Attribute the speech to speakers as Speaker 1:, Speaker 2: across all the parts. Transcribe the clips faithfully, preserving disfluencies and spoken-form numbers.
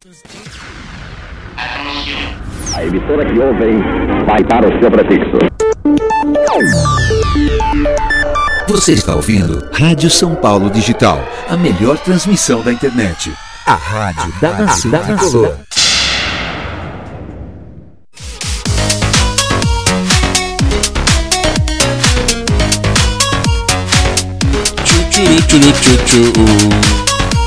Speaker 1: A emissora que ouvem vai para o seu prefixo.
Speaker 2: Você está ouvindo Rádio São Paulo Digital, a melhor transmissão da internet. A rádio a da nação tricolor.
Speaker 3: Tchu, tchu, tchu, tchu, tchu.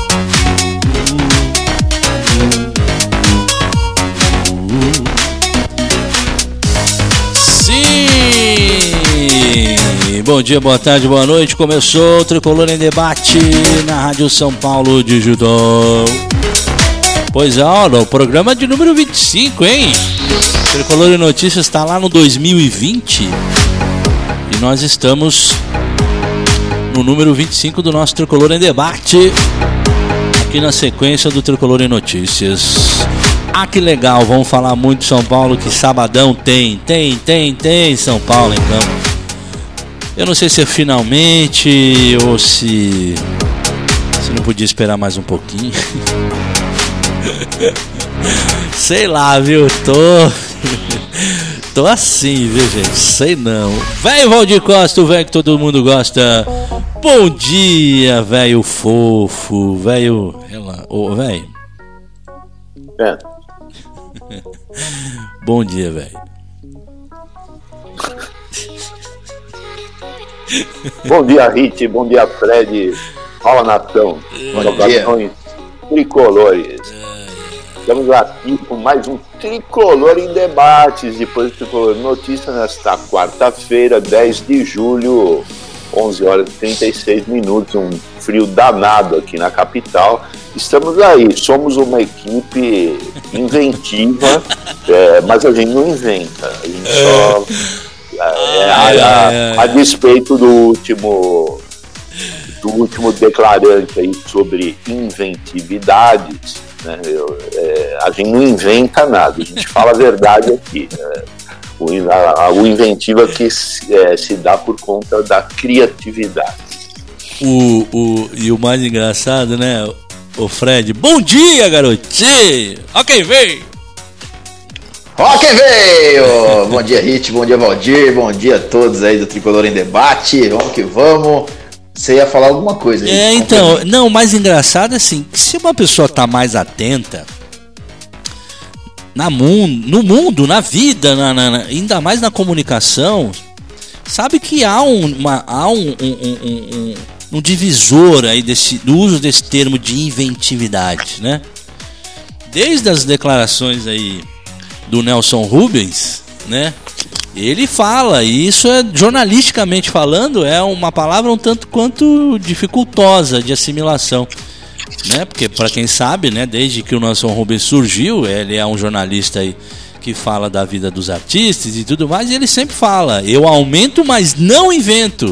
Speaker 3: Bom dia, boa tarde, boa noite. Começou o Tricolor em Debate na Rádio São Paulo Digital. Pois é, olha, o programa de número vinte e cinco, hein? Tricolor em Notícias está lá no dois mil e vinte e nós estamos no número vinte e cinco do nosso Tricolor em Debate, aqui na sequência do Tricolor em Notícias. Ah, que legal, vamos falar muito de São Paulo, que sabadão tem, tem, tem, tem São Paulo em campo. Eu não sei se é finalmente ou se se não podia esperar mais um pouquinho. Sei lá, viu? Tô tô assim, viu, gente? Sei não. Velho Valdir Costa, o velho que todo mundo gosta. Bom dia, velho fofo, velho. Ô, velho.
Speaker 4: É.
Speaker 3: Bom dia, velho.
Speaker 4: Bom dia, Rit, bom dia, Fred. Fala, nação. Jogações tricolores. Estamos aqui com mais um Tricolor em Debates, depois do Tricolor Notícia, nesta quarta-feira, dez de julho, onze horas e trinta e seis minutos, um frio danado aqui na capital. Estamos aí, somos uma equipe inventiva, é, mas a gente não inventa, a gente só... É, a, a, a despeito do último do último declarante aí sobre inventividades, né, eu, é, a gente não inventa nada, a gente fala a verdade aqui, né, o, a, o inventivo aqui se, é, se dá por conta da criatividade.
Speaker 3: O, o, e o mais engraçado, né, o Fred, bom dia, garotinho, ó quem veio.
Speaker 5: Ó quem veio! Bom dia, Rit, bom dia, Valdir, bom dia a todos aí do Tricolor em Debate, vamos que vamos. Você ia falar alguma coisa aí?
Speaker 3: É, então, não, o mais engraçado é assim, que se uma pessoa tá mais atenta na mundo, no mundo, na vida, na, na, ainda mais na comunicação, sabe que há um, uma, há um, um, um, um, um divisor aí desse, do uso desse termo de inventividade, né? Desde as declarações aí do Nelson Rubens, né? Ele fala, e isso é jornalisticamente falando, é uma palavra um tanto quanto dificultosa de assimilação, né? Porque para quem sabe, né, desde que o Nelson Rubens surgiu, ele é um jornalista aí que fala da vida dos artistas e tudo mais, e ele sempre fala: eu aumento, mas não invento.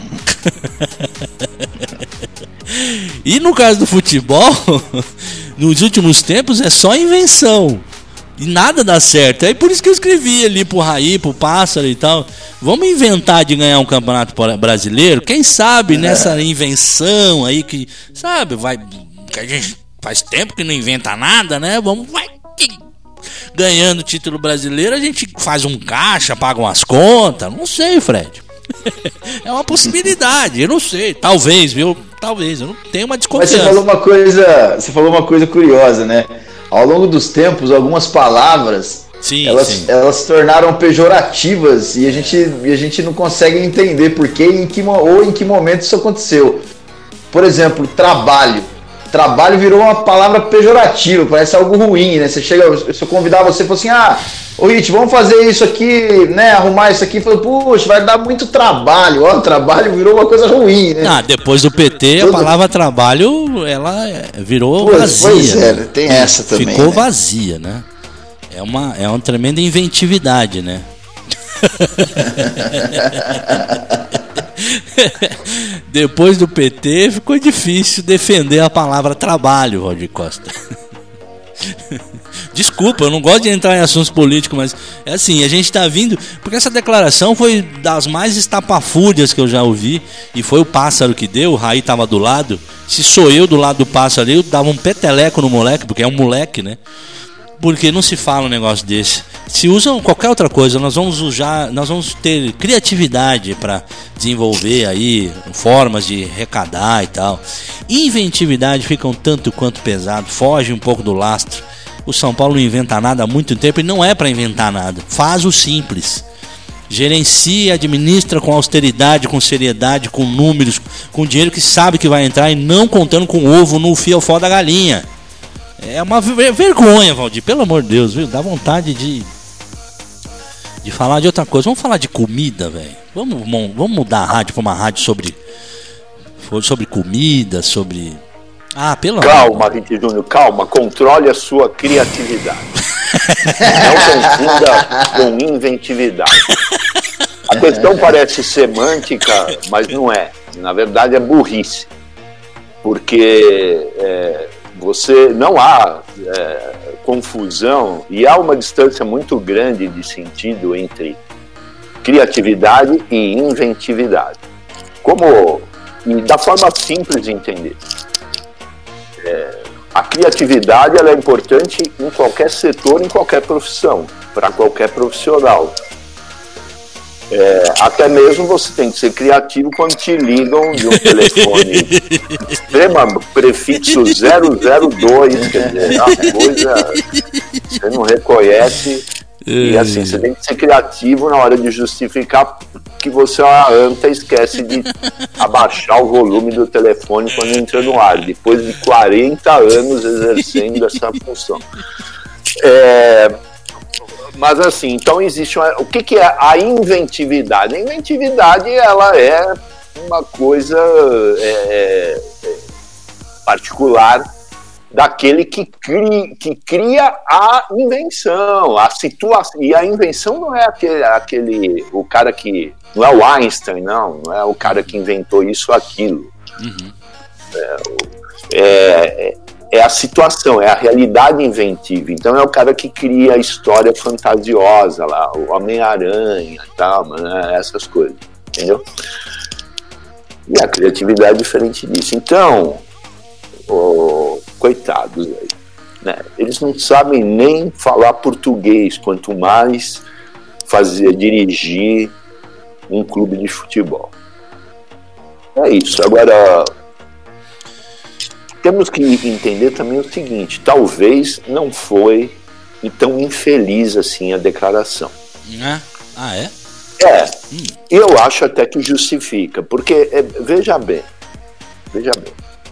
Speaker 3: E no caso do futebol, nos últimos tempos é só invenção. E nada dá certo. É por isso que eu escrevi ali pro Raí, pro Pássaro e tal. Vamos inventar de ganhar um campeonato brasileiro? Quem sabe é. Nessa invenção aí que, sabe, vai. Que a gente faz tempo que não inventa nada, né? Vamos, vai. Ganhando o título brasileiro, a gente faz um caixa, paga umas contas. Não sei, Fred. É uma possibilidade, eu não sei. Talvez, viu? Talvez. Eu não tenho uma desconfiança.
Speaker 5: Mas você falou uma coisa, você falou uma coisa curiosa, né? Ao longo dos tempos, algumas palavras, sim, elas, sim. elas se tornaram pejorativas e a gente, e a gente não consegue entender por quê em que, ou em que momento isso aconteceu. Por exemplo, trabalho. Trabalho virou uma palavra pejorativa, parece algo ruim, né? Você chega, se eu convidar você e falar assim, ah, ô Rit, vamos fazer isso aqui, né? Arrumar isso aqui, falo, puxa, vai dar muito trabalho. Ó, trabalho virou uma coisa ruim, né?
Speaker 3: Ah, depois do P T, Tudo... a palavra trabalho, ela virou
Speaker 5: pois,
Speaker 3: vazia.
Speaker 5: Pois é,
Speaker 3: né?
Speaker 5: Tem essa também.
Speaker 3: Ficou
Speaker 5: né?
Speaker 3: vazia, né? É uma, é uma tremenda inventividade, né? Depois do P T ficou difícil defender a palavra trabalho, Valdir Costa. Desculpa, eu não gosto de entrar em assuntos políticos, mas é assim, a gente tá vindo... Porque essa declaração foi das mais estapafúrdias que eu já ouvi, e foi o pássaro que deu, o Raí tava do lado. Se sou eu do lado do pássaro ali, eu dava um peteleco no moleque, porque é um moleque, né? Porque não se fala um negócio desse. Se usam qualquer outra coisa, nós vamos usar, nós vamos ter criatividade para desenvolver aí formas de arrecadar e tal. Inventividade fica um tanto quanto pesado, foge um pouco do lastro. O São Paulo não inventa nada há muito tempo e não é para inventar nada. Faz o simples. Gerencia, administra com austeridade, com seriedade, com números, com dinheiro que sabe que vai entrar e não contando com ovo no fiofó da galinha. É uma vergonha, Valdir, pelo amor de Deus, viu? Dá vontade de de falar de outra coisa. Vamos falar de comida, velho. Vamos, vamos mudar a rádio para uma rádio sobre sobre comida, sobre... Ah, pelo amor.
Speaker 4: Calma, Rite Júnior, calma. Controle a sua criatividade. Não confunda com inventividade. A questão parece semântica, mas não é. Na verdade é burrice. Porque... É, você não há é, confusão e há uma distância muito grande de sentido entre criatividade e inventividade. Como, e da forma simples de entender, é, a criatividade ela é importante em qualquer setor, em qualquer profissão, para qualquer profissional. É, até mesmo você tem que ser criativo quando te ligam de um telefone extrema prefixo zero zero dois, quer dizer, a coisa você não reconhece, e assim, você tem que ser criativo na hora de justificar que você é uma anta e esquece de abaixar o volume do telefone quando entra no ar, depois de quarenta anos exercendo essa função. É... Mas assim, então existe uma, o que, que é a inventividade? A inventividade ela é uma coisa é, é, particular daquele que cria, que cria a invenção, a situação. E a invenção não é aquele, aquele o cara que não é o Einstein, não, não é o cara que inventou isso ou aquilo. Uhum. É, é, é a situação, é a realidade inventiva. Então é o cara que cria a história fantasiosa lá, o Homem-Aranha e tal, né, essas coisas, entendeu? E a criatividade é diferente disso. Então, oh, coitados aí, né? Eles não sabem nem falar português, quanto mais fazer, dirigir um clube de futebol. É isso. Agora, temos que entender também o seguinte: talvez não foi tão infeliz assim a declaração.
Speaker 3: Ah, ah é?
Speaker 4: É, hum. Eu acho até que justifica, porque, é, veja bem, veja bem,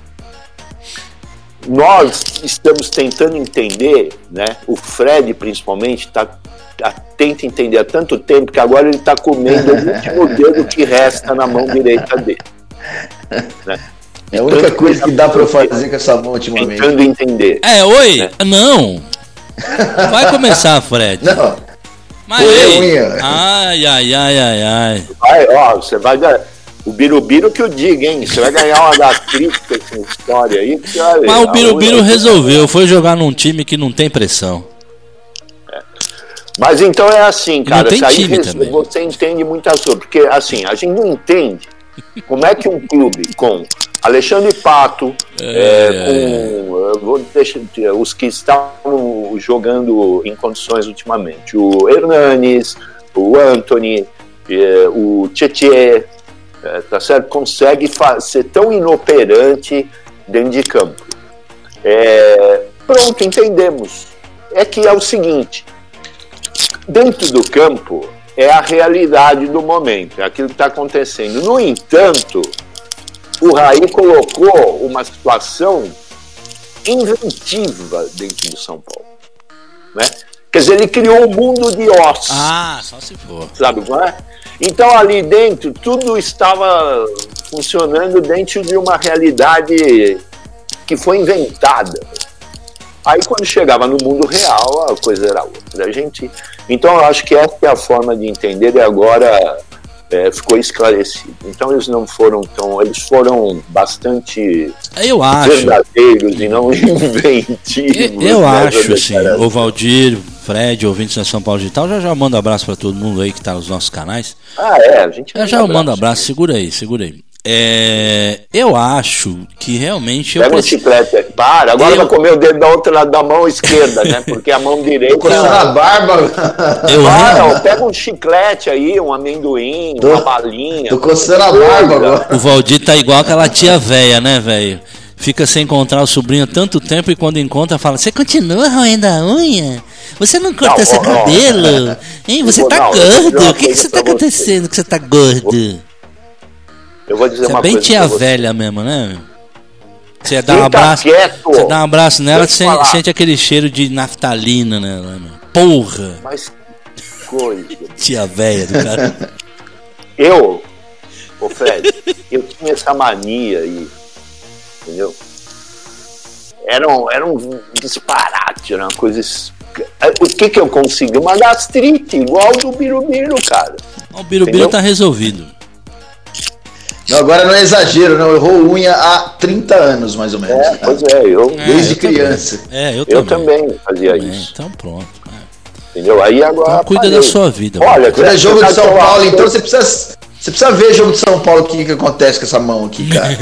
Speaker 4: nós estamos tentando entender, né, o Fred principalmente tá, tá, tenta entender há tanto tempo que agora ele está comendo o último dedo que resta na mão direita dele, né?
Speaker 5: É a única coisa que dá pra fazer com essa mão ultimamente.
Speaker 4: Tentando entender.
Speaker 3: É, oi? É. Não. Vai começar, Fred.
Speaker 5: Não.
Speaker 3: Mas ei. Ai, ai, ai, ai, ai.
Speaker 4: Vai, ó, você vai dar... O Birubiru que eu diga, hein? Você vai ganhar uma gastrite com essa história aí. Cara,
Speaker 3: mas o Birubiru resolveu. Foi jogar num time que não tem pressão.
Speaker 4: É. Mas então é assim, cara.
Speaker 3: Não tem
Speaker 4: aí
Speaker 3: time também.
Speaker 4: Você entende muitas coisas. Porque, assim, a gente não entende como é que um clube com Alexandre Pato, é, é, com vou deixar, os que estão jogando em condições ultimamente, o Hernanes, o Anthony, é, o Tietê, é, tá certo? Consegue ser tão inoperante dentro de campo. É, pronto, entendemos. É que é o seguinte: dentro do campo é a realidade do momento, é aquilo que está acontecendo. No entanto, o Raí colocou uma situação inventiva dentro do São Paulo, né? Quer dizer, ele criou um mundo de ossos.
Speaker 3: Ah, só se for.
Speaker 4: Sabe qual é? Então ali dentro tudo estava funcionando dentro de uma realidade que foi inventada. Aí quando chegava no mundo real, a coisa era outra. A gente... Então eu acho que essa é a forma de entender, e agora é, ficou esclarecido. Então eles não foram tão, eles foram bastante
Speaker 3: eu acho.
Speaker 4: verdadeiros e não inventivos.
Speaker 3: Eu, eu acho, assim, o Valdir, Fred, ouvintes da São Paulo Digital, já já mando um abraço para todo mundo aí que tá nos nossos canais.
Speaker 4: Ah, é, a gente
Speaker 3: já já eu mando um abraço, segura aí, segura aí. É, eu acho que realmente...
Speaker 4: Pega
Speaker 3: eu
Speaker 4: um chiclete aqui. Para, agora eu... vai comer o dedo da outra lado da mão esquerda, né? Porque a mão direita...
Speaker 5: Coçando a barba.
Speaker 4: Eu Para, pega um chiclete aí, um amendoim, tô, uma balinha.
Speaker 5: Tô coçando a barba agora.
Speaker 3: O Valdir tá igual aquela tia véia, né, velho? Fica sem encontrar o sobrinho há tanto tempo e quando encontra fala: você continua roendo a unha? Você não corta não, seu não, cabelo? Não. Hein? Você vou, tá não, gordo? O que, que você tá acontecendo você. que você tá gordo?
Speaker 4: Eu vou dizer
Speaker 3: você
Speaker 4: uma
Speaker 3: é bem
Speaker 4: coisa
Speaker 3: tia velha mesmo, né? Você dá um abraço, quieto. Você dá um abraço nela, você sente, sente aquele cheiro de naftalina nela, né? Porra!
Speaker 4: Mas coisa.
Speaker 3: Tia velha do cara.
Speaker 4: Eu, ô Fred, eu tinha essa mania aí, entendeu? Era um, era um disparate, era uma coisa. O que que eu consegui? Uma gastrite, igual do Birubiru, cara.
Speaker 3: O Birubiru tá resolvido.
Speaker 5: Não, agora não é exagero, não. Eu roo unha há trinta anos, mais ou menos.
Speaker 4: É, pois é, eu.
Speaker 5: É, desde eu criança.
Speaker 3: Também. É, eu,
Speaker 4: eu
Speaker 3: também.
Speaker 4: também fazia
Speaker 3: também.
Speaker 4: isso.
Speaker 3: Então pronto. É.
Speaker 4: Entendeu? Aí agora.
Speaker 3: Então cuida
Speaker 4: parei.
Speaker 3: da sua vida.
Speaker 5: Olha, quando é jogo de São Paulo, então você precisa, você precisa ver jogo de São Paulo, o que, que acontece com essa mão aqui, cara.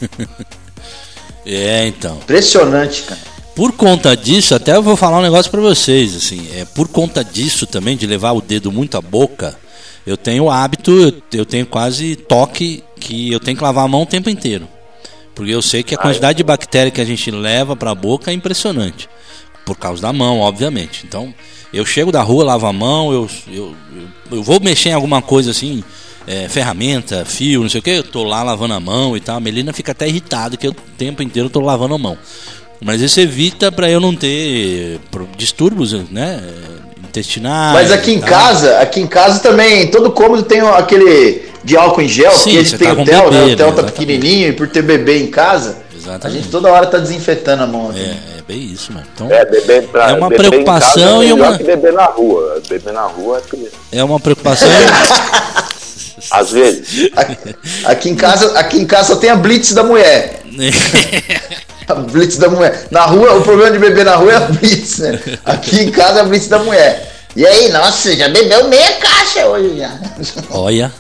Speaker 3: É, então.
Speaker 5: Impressionante, cara.
Speaker 3: Por conta disso, até eu vou falar um negócio pra vocês, assim, é por conta disso também, de levar o dedo muito à boca, eu tenho o hábito, eu, eu tenho quase toque que eu tenho que lavar a mão o tempo inteiro. Porque eu sei que a quantidade de bactéria que a gente leva pra boca é impressionante. Por causa da mão, obviamente. Então, eu chego da rua, lavo a mão, eu, eu, eu, eu vou mexer em alguma coisa assim, é, ferramenta, fio, não sei o que, eu tô lá lavando a mão e tal. A Melina fica até irritada que eu, o tempo inteiro eu tô lavando a mão. Mas isso evita pra eu não ter distúrbios, né? Intestinais.
Speaker 5: Mas aqui em casa, aqui em casa também, todo cômodo tem aquele de álcool em gel,
Speaker 3: Sim,
Speaker 5: porque a gente tem
Speaker 3: tá
Speaker 5: o Theo,
Speaker 3: bebê,
Speaker 5: né? O Theo
Speaker 3: né?
Speaker 5: tá pequenininho e por ter bebê em casa, exatamente. A gente toda hora tá desinfetando a mão.
Speaker 3: É, é bem isso, mano. Então,
Speaker 4: é, beber pra,
Speaker 3: é uma
Speaker 4: beber
Speaker 3: preocupação
Speaker 4: é
Speaker 3: e uma.
Speaker 4: Que beber na rua. Beber na rua é.
Speaker 3: É uma preocupação.
Speaker 4: Às vezes.
Speaker 5: Aqui, aqui em casa, aqui em casa só tem a Blitz da mulher. A Blitz da mulher. Na rua, o problema de beber na rua é a Blitz, né? Aqui em casa é a Blitz da mulher. E aí, nossa, já bebeu meia caixa hoje já.
Speaker 3: Olha.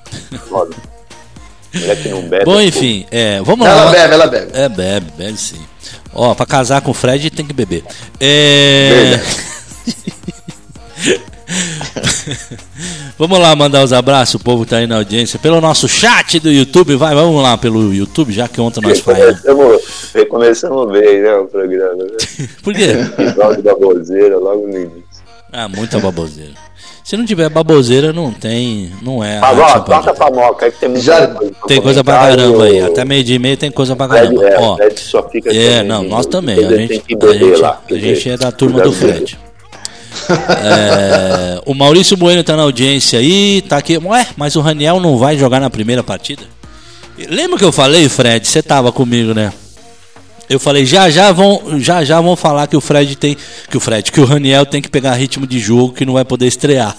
Speaker 4: Que não bebe.
Speaker 3: Bom, enfim, é, vamos
Speaker 5: ela
Speaker 3: lá.
Speaker 5: Ela bebe, ela bebe.
Speaker 3: É, bebe, bebe sim. Ó, pra casar com o Fred tem que beber. É. Vamos lá mandar os abraços, o povo tá aí na audiência pelo nosso chat do YouTube, vai, vamos lá pelo YouTube, já que ontem nós falamos.
Speaker 4: Começamos bem, né, o programa, né?
Speaker 3: Por quê?
Speaker 4: Logo da baboseira, logo no início.
Speaker 3: Ah, muita baboseira. Se não tiver baboseira, não tem, não é.
Speaker 4: Agora, toca pra moca, aí que tem muita
Speaker 3: já
Speaker 4: coisa pra
Speaker 3: tem coisa pra caramba aí, até meio dia e meio tem coisa pra caramba.
Speaker 4: É,
Speaker 3: ó,
Speaker 4: Fred só fica
Speaker 3: é não, nós também, a gente, a gente, a gente é da turma do Fred. É, o Maurício Bueno tá na audiência aí, tá aqui. Ué, mas o Raniel não vai jogar na primeira partida? Lembra que eu falei, Fred? Você tava comigo, né? Eu falei, já já vão, já já vão falar que o Fred tem, que o Fred, que o Raniel tem que pegar ritmo de jogo, que não vai poder estrear.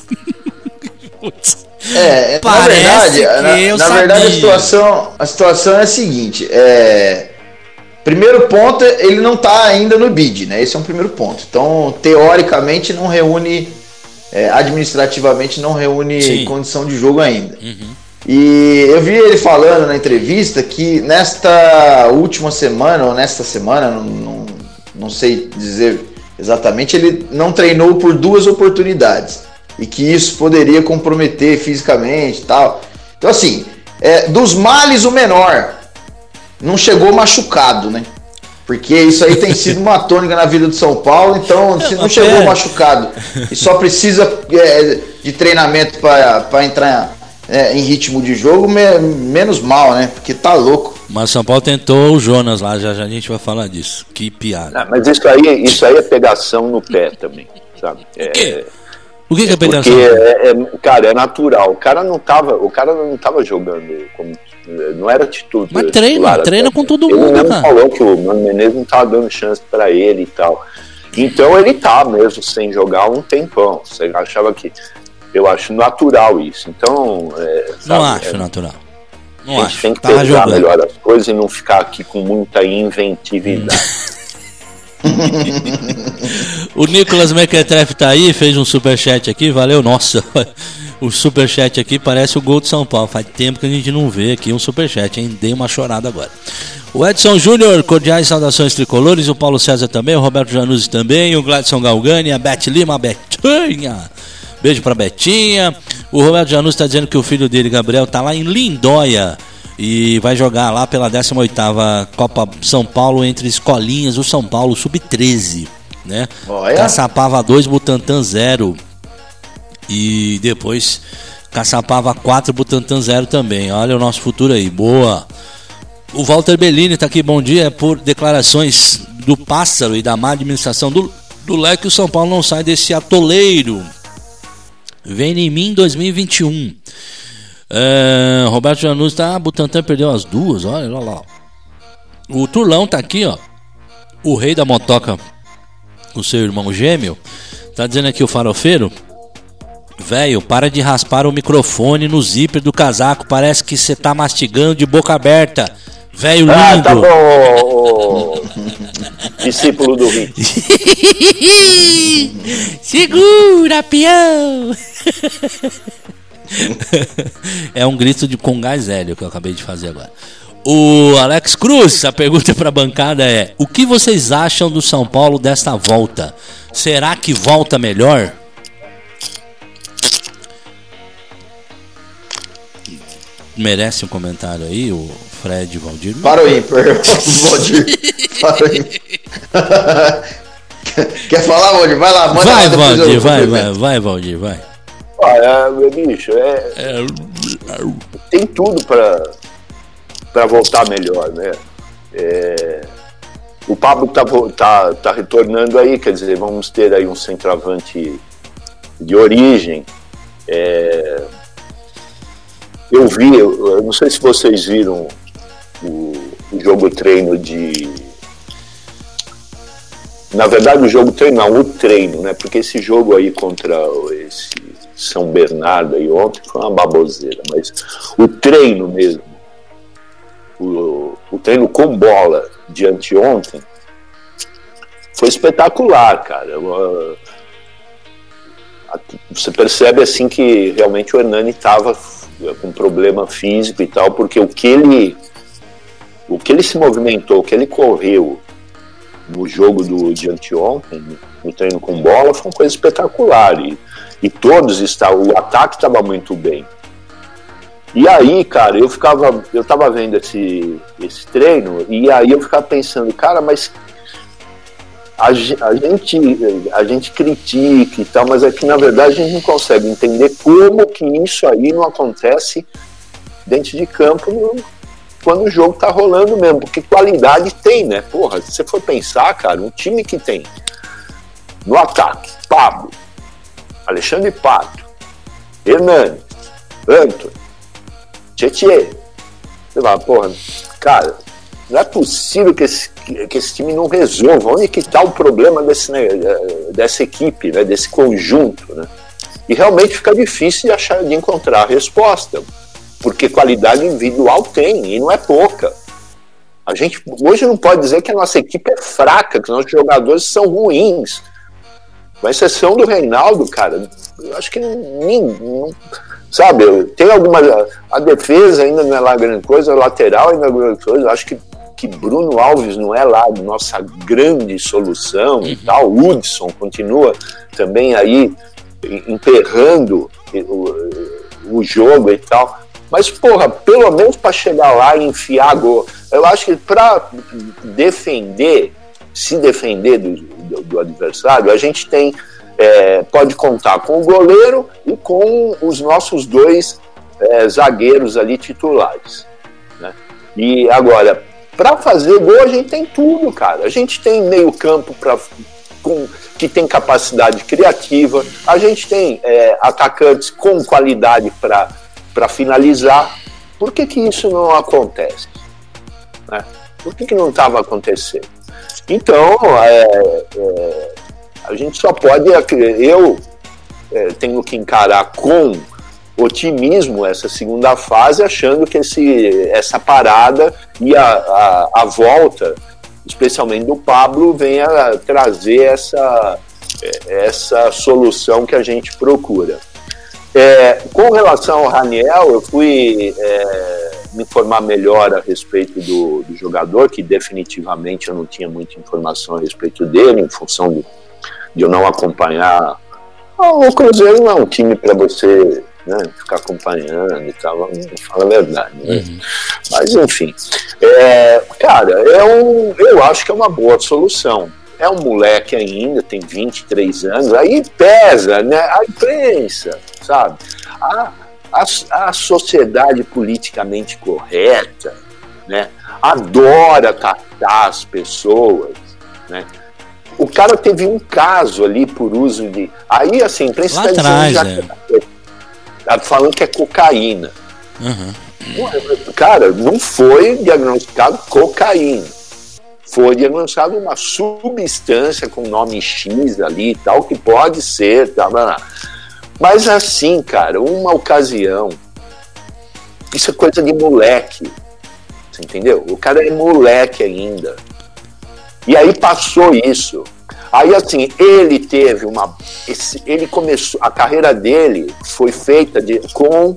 Speaker 5: É, na verdade, na, na verdade a situação, a situação é a seguinte, é, primeiro ponto, ele não está ainda no bid, né? Esse é um primeiro ponto. Então, teoricamente, não reúne, é, administrativamente, não reúne Sim. condição de jogo ainda. Uhum. E eu vi ele falando na entrevista que nesta última semana, ou nesta semana, não, não, não sei dizer exatamente, ele não treinou por duas oportunidades. E que isso poderia comprometer fisicamente e tal. Então, assim, é, dos males o menor. Não chegou machucado, né? Porque isso aí tem sido uma tônica na vida do São Paulo. Então, se não chegou machucado e só precisa é, de treinamento para entrar é, em ritmo de jogo, me, menos mal, né? Porque tá louco.
Speaker 3: Mas São Paulo tentou o Jonas lá, já, já a gente vai falar disso. Que piada.
Speaker 4: Não, mas isso aí, isso aí é pegação no pé também, sabe? É,
Speaker 3: o quê? O que, que é pegação?
Speaker 4: Porque, é, é, cara, é natural. O cara não tava, o cara não tava jogando como, não era atitude.
Speaker 3: Mas treina, treina com todo mundo,
Speaker 4: ele
Speaker 3: cara.
Speaker 4: Falou que o Mano Menezes não tava dando chance pra ele e tal. Então ele tá mesmo sem jogar um tempão. Você achava que Eu acho natural isso. Então, é, sabe,
Speaker 3: não acho
Speaker 4: é,
Speaker 3: natural. Não
Speaker 4: a gente
Speaker 3: acho.
Speaker 4: tem que
Speaker 3: Tava
Speaker 4: pensar
Speaker 3: jogando.
Speaker 4: melhor as coisas e não ficar aqui com muita inventividade.
Speaker 3: O Nicolas Mequetrefe tá aí, fez um superchat aqui, valeu, nossa. O superchat aqui parece o gol de São Paulo. Faz tempo que a gente não vê aqui um superchat, hein? Dei uma chorada agora. O Edson Júnior, cordiais saudações tricolores. O Paulo César também, o Roberto Januzzi também. O Gladson Galgani, a Beth Lima, a Betinha. Beijo pra Betinha. O Roberto Januzzi tá dizendo que o filho dele, Gabriel, tá lá em Lindóia e vai jogar lá pela décima oitava Copa São Paulo entre escolinhas, o São Paulo sub treze, né?
Speaker 5: Olha.
Speaker 3: Caçapava dois, Butantã zero. E depois Caçapava quatro, Butantã zero também. Olha o nosso futuro aí, boa. O Walter Bellini tá aqui, bom dia. Por declarações do Pássaro e da má administração do, do Leque, o São Paulo não sai desse atoleiro. Vem em mim dois mil e vinte e um. É, Roberto Januzzi tá, ah, Butantã perdeu as duas, olha lá. O Turlão tá aqui, ó. O rei da motoca, o seu irmão gêmeo, tá dizendo aqui o farofeiro. Velho, para de raspar o microfone no zíper do casaco. Parece que você tá mastigando de boca aberta. Velho lindo.
Speaker 4: Ah, tá bom, o... discípulo do Rio.
Speaker 3: Segura, peão. É um grito de com gás hélio que eu acabei de fazer agora. O Alex Cruz, a pergunta pra bancada é: o que vocês acham do São Paulo desta volta? Será que volta melhor? Merece um comentário aí, o Fred Valdir?
Speaker 5: Para o ímpar, Valdir. Para o ímpar. Quer falar, Valdir? Vai lá, manda
Speaker 3: vai,
Speaker 5: lá.
Speaker 3: Valdir,
Speaker 5: eu,
Speaker 3: vai, vai, vai, Valdir, vai.
Speaker 4: Olha, meu bicho, é,
Speaker 3: É...
Speaker 4: tem tudo para para voltar melhor, né? É, o Pablo tá, tá, tá retornando aí, quer dizer, vamos ter aí um centroavante de origem. É, eu vi, eu, eu não sei se vocês viram o, o jogo treino de... Na verdade, o jogo treino não, o treino, né? Porque esse jogo aí contra esse São Bernardo aí ontem foi uma baboseira, mas o treino mesmo, o, o treino com bola de anteontem foi espetacular, cara. Você percebe assim que realmente o Hernani estava com problema físico e tal, porque o que ele o que ele se movimentou, o que ele correu no jogo do, de anteontem, no treino com bola, foi uma coisa espetacular. E, e todos estavam, o ataque estava muito bem. E aí, cara, eu ficava, eu tava vendo esse, esse treino, e aí eu ficava pensando, cara, mas a, a gente a gente critica e tal, mas é que na verdade a gente não consegue entender como que isso aí não acontece dentro de campo no, quando o jogo tá rolando mesmo, porque qualidade tem, né? Porra, se você for pensar, cara, um time que tem no ataque Pablo, Alexandre Pato, Hernani, Antônio, Tietê, você fala, porra, cara, não é possível que esse, que esse time não resolva. Onde que tá o problema desse, né, dessa equipe, né, desse conjunto, né? E realmente fica difícil de achar, de encontrar a resposta, porque qualidade individual tem, e não é pouca. A gente hoje não pode dizer que a nossa equipe é fraca, que nossos jogadores são ruins. Com exceção do Reinaldo, cara, eu acho que nem, não, sabe, tem alguma... A defesa ainda não é lá grande coisa, a lateral ainda não é grande coisa. Eu acho que, que Bruno Alves não é lá nossa grande solução e tal. O Hudson continua também aí emperrando o, o jogo e tal. Mas, porra, pelo menos para chegar lá e enfiar gol. Eu acho que para defender, se defender do, do, do adversário, a gente tem, é, pode contar com o goleiro e com os nossos dois é, zagueiros ali titulares, né? E agora, para fazer gol, a gente tem tudo, cara. A gente tem meio campo pra, com, que tem capacidade criativa, a gente tem é, atacantes com qualidade para para finalizar. Por que que isso não acontece, né? Por que que não estava acontecendo? Então, é, é, a gente só pode... Eu, é, tenho que encarar com otimismo essa segunda fase, achando que esse, essa parada e a, a, a volta, especialmente do Pablo, venha trazer essa, essa solução que a gente procura. É, com relação ao Raniel, eu fui é, me informar melhor a respeito do, do jogador, que definitivamente eu não tinha muita informação a respeito dele, em função de, de eu não acompanhar. O Cruzeiro não é um time para você, né, ficar acompanhando e tal, não fala a verdade, né? Uhum. Mas enfim, é, cara, é um, eu acho que é uma boa solução. É um moleque ainda, tem vinte e três anos, aí pesa, né? A imprensa, sabe? A, a, a sociedade politicamente correta, né? Adora tratar as pessoas, né? O cara teve um caso ali por uso de... Aí, assim, a imprensa está dizendo já é. que, tá falando que é cocaína. Uhum. Cara, não foi diagnosticado cocaína. Foi diagnosticado uma substância com nome X ali e tal, que pode ser, tá, mas assim, cara, uma ocasião, isso é coisa de moleque, você entendeu? O cara é moleque ainda, e aí passou isso, aí assim, ele teve uma, esse, ele começou, a carreira dele foi feita de, com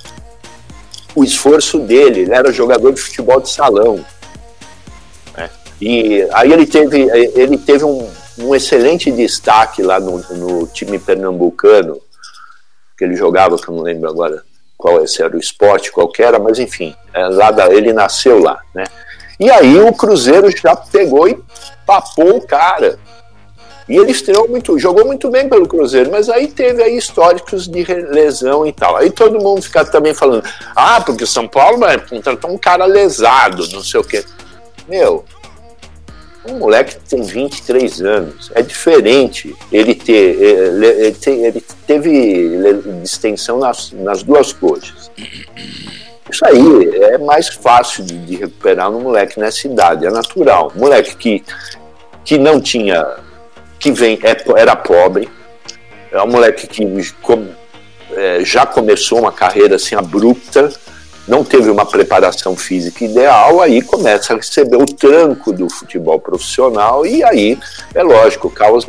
Speaker 4: o esforço dele, ele era jogador de futebol de salão, né? E aí ele teve, ele teve um, um excelente destaque lá no, no time pernambucano, que ele jogava, que eu não lembro agora qual esse era o esporte, qual que era, mas enfim, é, lá da, ele nasceu lá, né? E aí o Cruzeiro já pegou e papou o cara. E ele estreou muito, jogou muito bem pelo Cruzeiro, mas aí teve aí históricos de lesão e tal. Aí todo mundo fica também falando, ah, porque o São Paulo vai contratar um cara lesado, não sei o quê. Meu, um moleque que tem vinte e três anos, é diferente ele ter, ele, ele, ele teve distensão nas, nas duas coxas. Isso aí é mais fácil de, de recuperar no moleque nessa idade, é natural. Um moleque que, que não tinha, que vem, é, era pobre, é um moleque que é, já começou uma carreira assim abrupta, não teve uma preparação física ideal, aí começa a receber o tranco do futebol profissional e aí, é lógico, causa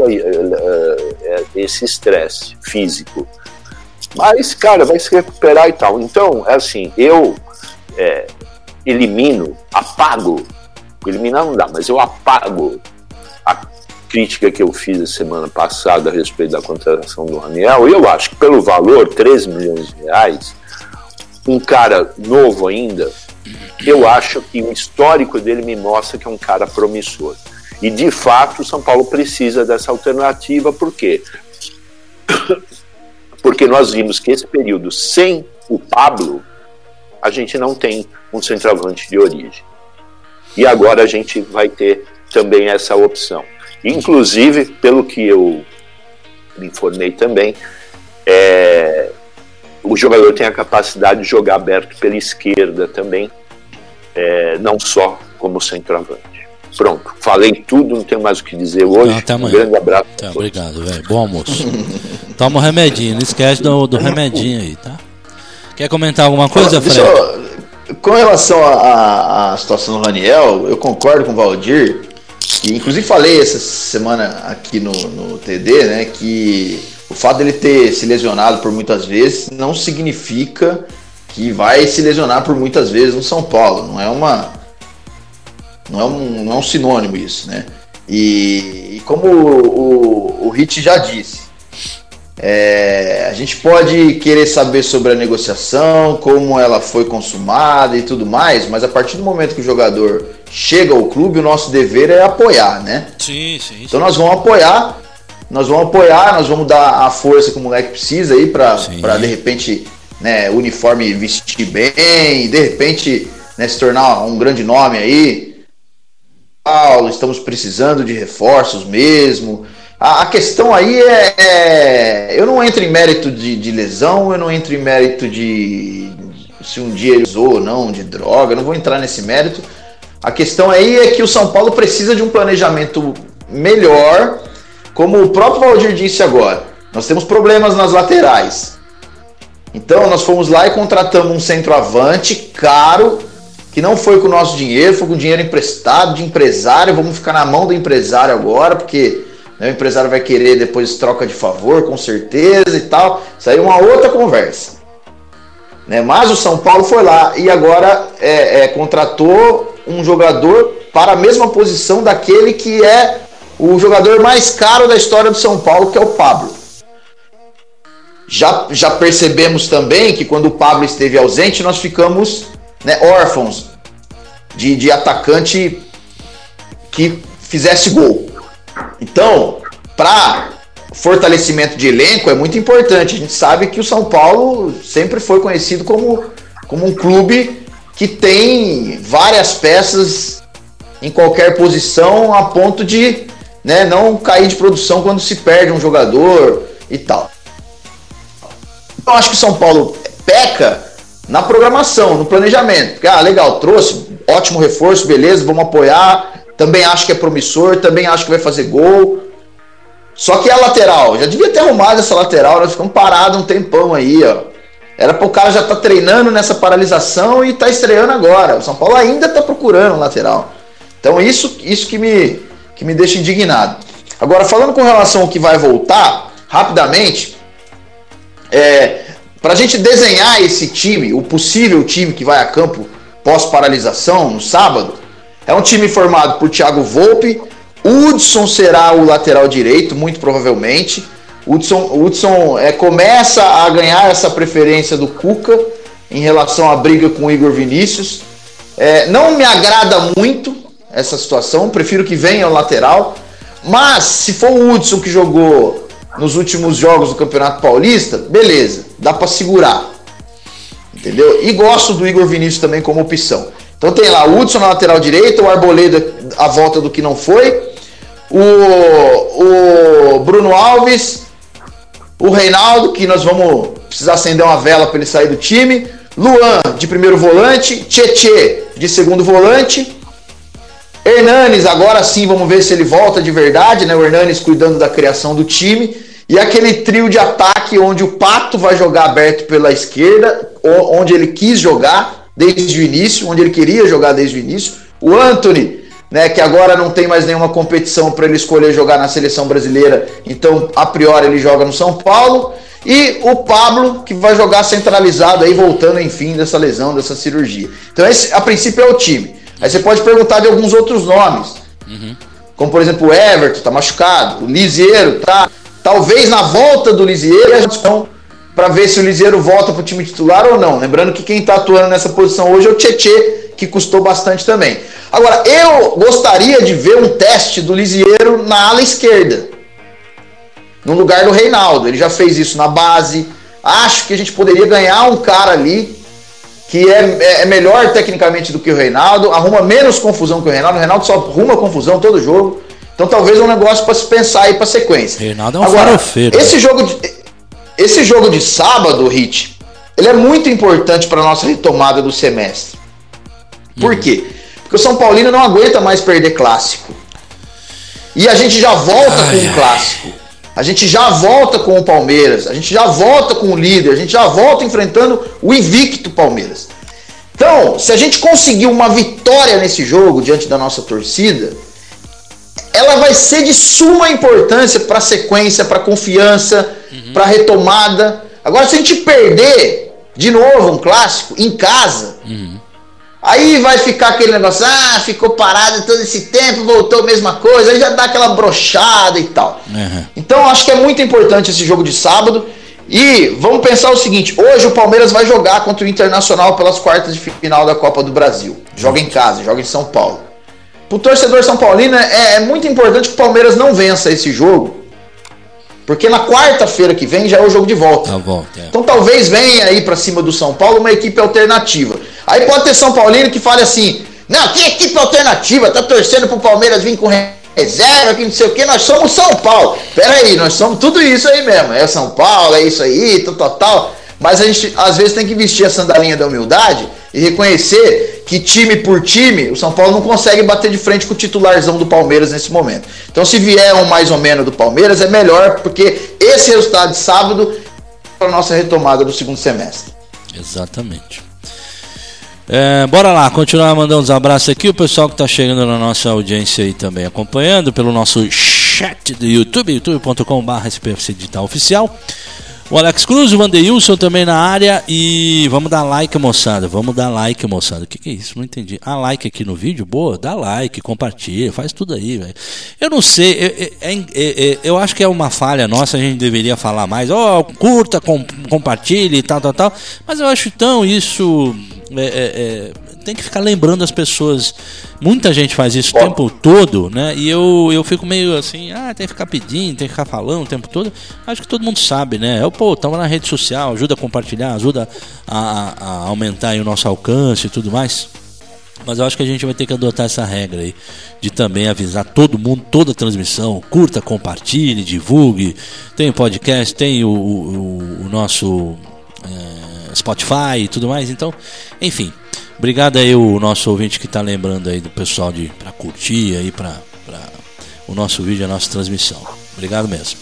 Speaker 4: esse estresse físico. Mas, cara, vai se recuperar e tal. Então, é assim, eu é, elimino, apago, eliminar não dá, mas eu apago a crítica que eu fiz a semana passada a respeito da contratação do Raniel, e eu acho que pelo valor, treze milhões de reais, um cara novo ainda, eu acho que o histórico dele me mostra que é um cara promissor. E, de fato, o São Paulo precisa dessa alternativa, por quê? Porque nós vimos que esse período, sem o Pablo, a gente não tem um centroavante de origem. E agora a gente vai ter também essa opção. Inclusive, pelo que eu me informei também, é... o jogador tem a capacidade de jogar aberto pela esquerda também, é, não só como centroavante. Pronto, falei tudo, não tenho mais o que dizer hoje.
Speaker 3: Não, até amanhã.
Speaker 4: Um grande abraço.
Speaker 3: Tá, obrigado, velho. Bom almoço. Toma o remedinho, não esquece do, do remedinho aí, tá? Quer comentar alguma coisa, Fred?
Speaker 5: Eu, com relação à situação do Raniel, eu concordo com o Valdir, que inclusive falei essa semana aqui no, no T D, né, que o fato dele ter se lesionado por muitas vezes não significa que vai se lesionar por muitas vezes no São Paulo. Não é uma, não é um, não é um sinônimo isso, né? E, e como o, o, o Hit já disse, é, a gente pode querer saber sobre a negociação, como ela foi consumada e tudo mais, mas a partir do momento que o jogador chega ao clube, o nosso dever é apoiar, né?
Speaker 3: Sim, sim.
Speaker 5: Então nós vamos apoiar. Nós vamos apoiar, nós vamos dar a força que o moleque precisa aí para de repente, né, o uniforme vestir bem, de repente, né, se tornar um grande nome aí. Paulo, estamos precisando de reforços mesmo. A, a questão aí é, é. Eu não entro em mérito de, de lesão, eu não entro em mérito de, de se um dia ele usou ou não de droga, eu não vou entrar nesse mérito. A questão aí é que o São Paulo precisa de um planejamento melhor. Como o próprio Valdir disse agora, nós temos problemas nas laterais. Então nós fomos lá e contratamos um centroavante caro, que não foi com o nosso dinheiro, foi com dinheiro emprestado de empresário. Vamos ficar na mão do empresário agora, porque, né, o empresário vai querer depois troca de favor, com certeza e tal. Isso aí é uma outra conversa. Né? Mas o São Paulo foi lá e agora é, é, contratou um jogador para a mesma posição daquele que é o jogador mais caro da história do São Paulo, que é o Pablo. Já, já percebemos também que quando o Pablo esteve ausente, nós ficamos, né, órfãos de, de atacante que fizesse gol. Então, para fortalecimento de elenco é muito importante. A gente sabe que o São Paulo sempre foi conhecido como, como um clube que tem várias peças em qualquer posição, a ponto de, né, não cair de produção quando se perde um jogador e tal. Então acho que o São Paulo peca na programação, no planejamento. Porque, ah, legal, trouxe, ótimo reforço, beleza, vamos apoiar. Também acho que é promissor, também acho que vai fazer gol. Só que a lateral, já devia ter arrumado essa lateral, nós ficamos parados um tempão aí, ó. Era para o cara já estar tá treinando nessa paralisação e tá estreando agora. O São Paulo ainda tá procurando um lateral. Então isso, isso que, me, que me deixa indignado. Agora, falando com relação ao que vai voltar, rapidamente, é, para a gente desenhar esse time, o possível time que vai a campo pós-paralisação no sábado, é um time formado por Thiago Volpe. Hudson será o lateral direito, muito provavelmente. Hudson, Hudson é, começa a ganhar essa preferência do Cuca em relação à briga com o Igor Vinícius. É, não me agrada muito essa situação, prefiro que venha o lateral. Mas se for o Hudson que jogou nos últimos jogos do Campeonato Paulista, beleza, dá para segurar. Entendeu? E gosto do Igor Vinícius também como opção. Então tem lá o Hudson na lateral direita, o Arboleda à volta do que não foi, o, o Bruno Alves, o Reinaldo, que nós vamos precisar acender uma vela para ele sair do time, Luan de primeiro volante, Tietê de segundo volante, Hernanes, agora sim vamos ver se ele volta de verdade, né? O Hernanes cuidando da criação do time, e aquele trio de ataque onde o Pato vai jogar aberto pela esquerda, onde ele quis jogar desde o início, onde ele queria jogar desde o início, o Antony, né, que agora não tem mais nenhuma competição para ele escolher jogar na seleção brasileira, então a priori ele joga no São Paulo, e o Pablo, que vai jogar centralizado aí, voltando enfim dessa lesão, dessa cirurgia. Então esse a princípio é o time. Aí você pode perguntar de alguns outros nomes, uhum. como por exemplo o Everton, tá machucado, o Lisieiro, tá, talvez na volta do Lisieiro a discussão para ver se o Lisieiro volta para o time titular ou não. Lembrando que quem está atuando nessa posição hoje é o Tietê, que custou bastante também. Agora, eu gostaria de ver um teste do Lisieiro na ala esquerda, no lugar do Reinaldo. Ele já fez isso na base. Acho que a gente poderia ganhar um cara ali que é, é melhor tecnicamente do que o Reinaldo, arruma menos confusão que o Reinaldo. O Reinaldo só arruma confusão todo jogo. Então talvez um negócio para se pensar aí para sequência.
Speaker 3: Reinaldo é um
Speaker 5: Agora,
Speaker 3: farofeiro.
Speaker 5: Esse jogo de, esse jogo de sábado, Hit, ele é muito importante para a nossa retomada do semestre. Por uhum. quê? Porque o São Paulino não aguenta mais perder clássico. E a gente já volta ai, com o clássico. A gente já volta com o Palmeiras. A gente já volta com o líder. A gente já volta enfrentando o invicto Palmeiras. Então, se a gente conseguir uma vitória nesse jogo diante da nossa torcida, ela vai ser de suma importância para a sequência, para a confiança, uhum. para a retomada. Agora, se a gente perder de novo um clássico em casa, uhum. aí vai ficar aquele negócio, ah, ficou parado todo esse tempo, voltou a mesma coisa, aí já dá aquela brochada e tal. Uhum. Então, acho que é muito importante esse jogo de sábado. E vamos pensar o seguinte, hoje o Palmeiras vai jogar contra o Internacional pelas quartas de final da Copa do Brasil. Joga em casa, joga em São Paulo. Para o torcedor São Paulino é, é muito importante que o Palmeiras não vença esse jogo, porque na quarta-feira que vem já é o jogo de volta. Tá bom, é. Então talvez venha aí para cima do São Paulo uma equipe alternativa. Aí pode ter São Paulino que fale assim, não, que equipe alternativa, tá torcendo pro Palmeiras vir com reserva, que não sei o que, nós somos São Paulo. Pera aí, nós somos tudo isso aí mesmo, é São Paulo, é isso aí, tal, tal, tal. Mas a gente às vezes tem que vestir a sandalinha da humildade e reconhecer que time por time, o São Paulo não consegue bater de frente com o titularzão do Palmeiras nesse momento. Então se vier um mais ou menos do Palmeiras é melhor, porque esse resultado de sábado para a nossa retomada do segundo semestre.
Speaker 3: Exatamente. É, bora lá, continuar mandando uns abraços aqui. O pessoal que está chegando na nossa audiência aí também acompanhando pelo nosso chat do YouTube, youtube ponto com barra S P F C Digital Oficial. O Alex Cruz, o Vandeilson também na área. E vamos dar like, moçada. Vamos dar like, moçada. O que, que é isso? Não entendi. Ah, like aqui no vídeo? Boa, dá like, compartilha, faz tudo aí, velho. Eu não sei, eu, eu, eu, eu acho que é uma falha nossa, a gente deveria falar mais. Ó, oh, curta, com, compartilhe e tal, tal, tal. Mas eu acho tão isso. É, é, é, tem que ficar lembrando as pessoas. Muita gente faz isso o tempo todo, né? E eu, eu fico meio assim, ah, tem que ficar pedindo, tem que ficar falando o tempo todo. Acho que todo mundo sabe, né? Eu, pô, estamos na rede social, ajuda a compartilhar, ajuda a, a aumentar aí o nosso alcance e tudo mais. Mas eu acho que a gente vai ter que adotar essa regra aí, de também avisar todo mundo, toda a transmissão, curta, compartilhe, divulgue. Tem o podcast, tem o, o, o nosso é, Spotify e tudo mais. Então, enfim. Obrigado aí o nosso ouvinte que está lembrando aí do pessoal de para curtir aí para o nosso vídeo, a nossa transmissão. Obrigado mesmo.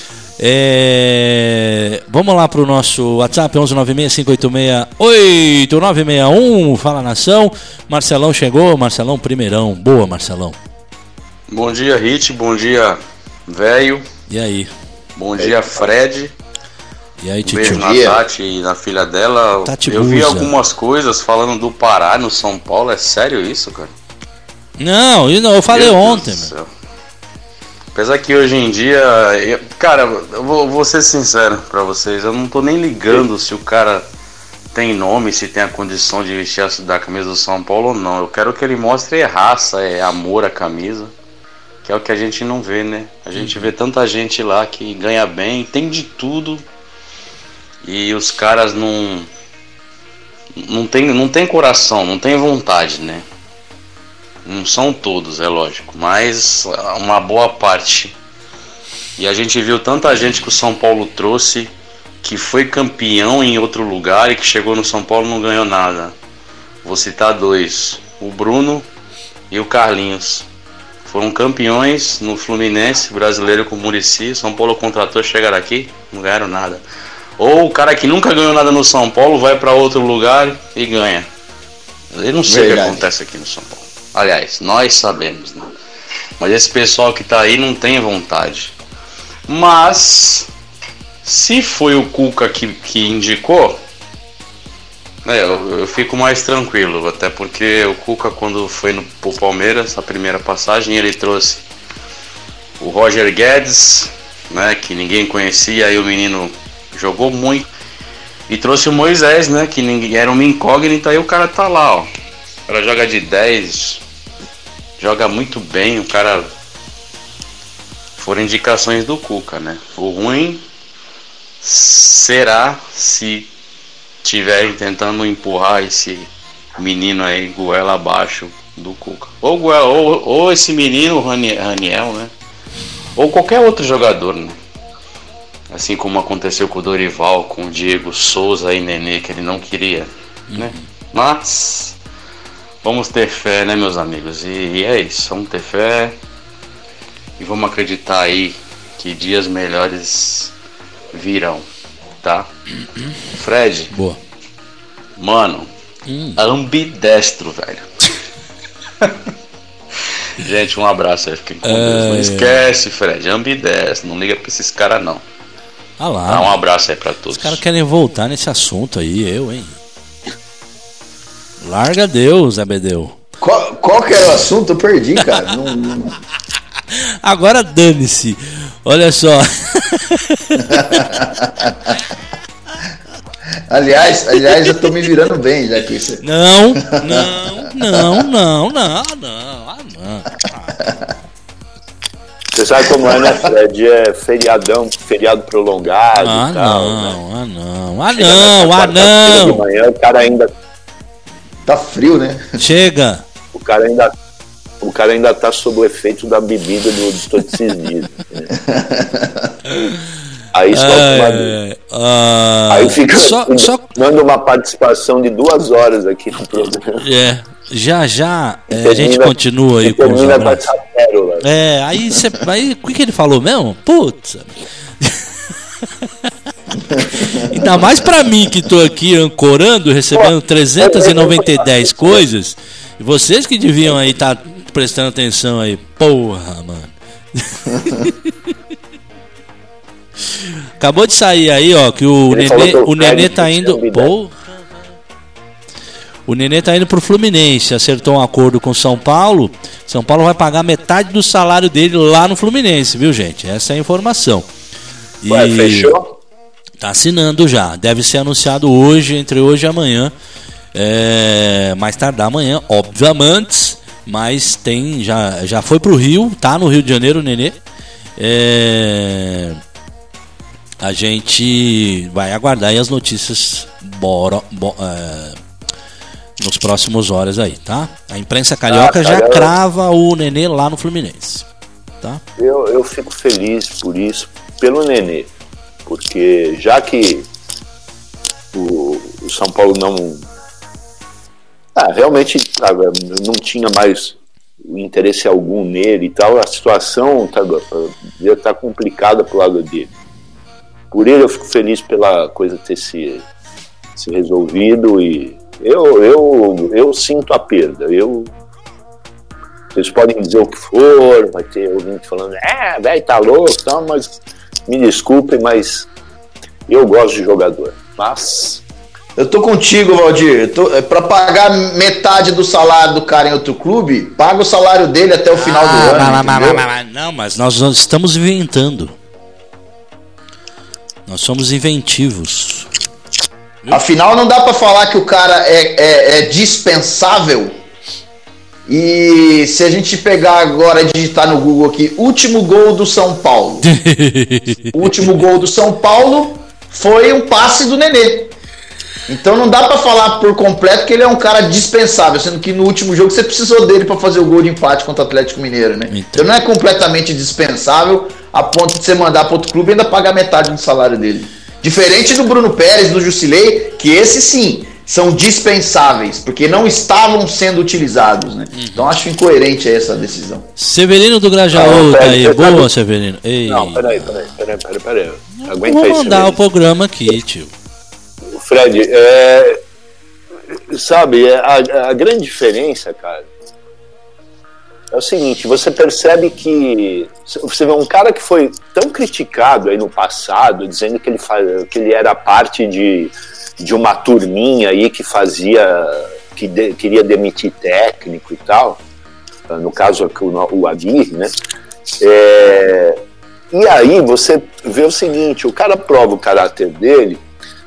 Speaker 3: É, vamos lá para o nosso WhatsApp onze nove seis cinco oito seis oito nove seis um. Fala, nação. Marcelão chegou, Marcelão primeirão. Boa, Marcelão.
Speaker 6: Bom dia, Hit. Bom dia, velho.
Speaker 3: E aí?
Speaker 6: Bom dia, Fred.
Speaker 3: E aí,
Speaker 6: um beijo na Tati e na filha dela.
Speaker 3: Tati
Speaker 6: Eu vi
Speaker 3: Buza.
Speaker 6: algumas coisas falando do Pará no São Paulo. É sério isso, cara?
Speaker 3: Não, eu, não, eu falei
Speaker 6: Meu
Speaker 3: ontem.
Speaker 6: Deus do céu. Apesar que hoje em dia, eu, cara, eu vou, vou ser sincero pra vocês. Eu não tô nem ligando se o cara tem nome, se tem a condição de vestir a, da camisa do São Paulo ou não. Eu quero que ele mostre é raça, é amor à camisa. Que é o que a gente não vê, né? A gente vê tanta gente lá que ganha bem, tem de tudo. E os caras não não tem, não tem coração, não tem vontade, né? Não são todos, é lógico, mas uma boa parte. E a gente viu tanta gente que o São Paulo trouxe, que foi campeão em outro lugar e que chegou no São Paulo e não ganhou nada. Vou citar dois, o Bruno e o Carlinhos. Foram campeões no Fluminense, brasileiro com o Muricy. São Paulo contratou, chegaram aqui, não ganharam nada. Ou o cara que nunca ganhou nada no São Paulo vai para outro lugar e ganha. Eu não sei Verdade. o que acontece aqui no São Paulo. Aliás, nós sabemos, né? Mas esse pessoal que tá aí não tem vontade. Mas se foi o Cuca que, que indicou, né, eu, eu fico mais tranquilo. Até porque o Cuca, quando foi no pro Palmeiras, a primeira passagem, ele trouxe o Roger Guedes, né, que ninguém conhecia, aí o menino jogou muito, e trouxe o Moisés, né, que ninguém, era uma incógnita, aí o cara tá lá, ó. O cara joga de dez, joga muito bem, o cara... Foram indicações do Cuca, né? O ruim será se tiverem tentando empurrar esse menino aí, goela abaixo do Cuca. Ou, goela, ou, ou esse menino, o Raniel, né? Ou qualquer outro jogador, né? Assim como aconteceu com o Dorival, com o Diego Souza e Nenê, que ele não queria, uhum. né? Mas vamos ter fé, né, meus amigos? E, e é isso, vamos ter fé e vamos acreditar aí que dias melhores virão, tá? Uhum. Fred,
Speaker 3: boa.
Speaker 6: Mano, hum. ambidestro, velho. Gente, um abraço aí, fiquem com Deus. É... Não esquece, Fred, ambidestro, não liga pra esses caras não.
Speaker 3: Ah lá.
Speaker 6: Dá um abraço aí pra todos.
Speaker 3: Os caras querem voltar nesse assunto aí, eu, hein? Larga Deus, Zé Bedeu.
Speaker 5: Qual, qual que era o assunto? Eu perdi, cara. não, não...
Speaker 3: Agora dane-se. Olha só.
Speaker 5: aliás, aliás, eu tô me virando bem, já que isso.
Speaker 3: Não, não, não, não, não, não. Ah, não. Ah.
Speaker 4: Você sabe como é, né, Fred? É feriadão, feriado prolongado
Speaker 3: ah,
Speaker 4: e tal.
Speaker 3: Não,
Speaker 4: né?
Speaker 3: Ah, não, ah, não, ah, não.
Speaker 4: De manhã, o cara ainda...
Speaker 5: Tá frio, né?
Speaker 3: Chega.
Speaker 4: O cara ainda, o cara ainda tá sob o efeito da bebida do estoicismo. Aí só
Speaker 3: é,
Speaker 4: uma... uh, Aí fica
Speaker 3: só, só...
Speaker 4: manda uma participação de duas horas aqui no programa.
Speaker 3: É. Já já é, termina, a gente continua aí com os
Speaker 4: abraços.
Speaker 3: É, aí você. Aí o que, que ele falou mesmo? Putz. Ainda mais pra mim que tô aqui ancorando, recebendo trezentas e noventa e dez coisas. E vocês que deviam aí estar tá prestando atenção aí. Porra, mano. Acabou de sair aí, ó, que o Ele Nenê, o Nenê tá indo. Porra. O Nenê tá indo pro Fluminense, acertou um acordo com São Paulo. São Paulo vai pagar metade do salário dele lá no Fluminense, viu, gente? Essa é a informação. E Ué, fechou? Tá assinando já. Deve ser anunciado hoje, entre hoje e amanhã. É, mais tardar amanhã, obviamente. Mas tem, já, já foi pro Rio, tá no Rio de Janeiro o Nenê. É, a gente vai aguardar aí as notícias bora, bo, é, nos próximos horas aí, tá? A imprensa carioca ah, já cara, crava eu... o Nenê lá no Fluminense, tá?
Speaker 4: Eu, eu fico feliz por isso, pelo Nenê, porque já que o, o São Paulo não ah, realmente não tinha mais interesse algum nele e tal, a situação tá, ia estar tá complicada pro lado dele. Por ele eu fico feliz pela coisa ter se, se resolvido e eu, eu, eu sinto a perda. Eu, vocês podem dizer o que for, vai ter ouvinte falando, é, velho, tá louco, tá, mas me desculpem, mas eu gosto de jogador. Mas
Speaker 5: eu tô contigo, Valdir. Tô, é, pra pagar metade do salário do cara em outro clube, paga o salário dele até o final ah, do ano. Mas, mas, mas,
Speaker 3: mas, não, mas nós, nós estamos inventando. Nós somos inventivos.
Speaker 5: Afinal, não dá pra falar que o cara é, é, é dispensável. E se a gente pegar agora e digitar no Google aqui, último gol do São Paulo. O último gol do São Paulo foi um passe do Nenê. Então não dá pra falar por completo que ele é um cara dispensável, sendo que no último jogo você precisou dele pra fazer o gol de empate contra o Atlético Mineiro, né? Então, então não é completamente dispensável a ponto de você mandar para outro clube e ainda pagar metade do salário dele. Diferente do Bruno Pérez, do Jusilei, que esses sim são dispensáveis, porque não estavam sendo utilizados, né? Uhum. Então acho incoerente essa decisão.
Speaker 3: Severino do Grajaú, tá aí. Boa, tá... Severino. Ei.
Speaker 4: Não, peraí, peraí, peraí, peraí, peraí.
Speaker 3: Aguenta aí, Vou mandar Severino. O programa aqui, tio.
Speaker 4: Fred, é, sabe, a, a grande diferença, cara, é o seguinte, você percebe que você vê um cara que foi tão criticado aí no passado, dizendo que ele, faz, que ele era parte de, de uma turminha aí que fazia, que de, queria demitir técnico e tal, no caso o, o Aguirre, né? É, e aí você vê o seguinte, o cara prova o caráter dele.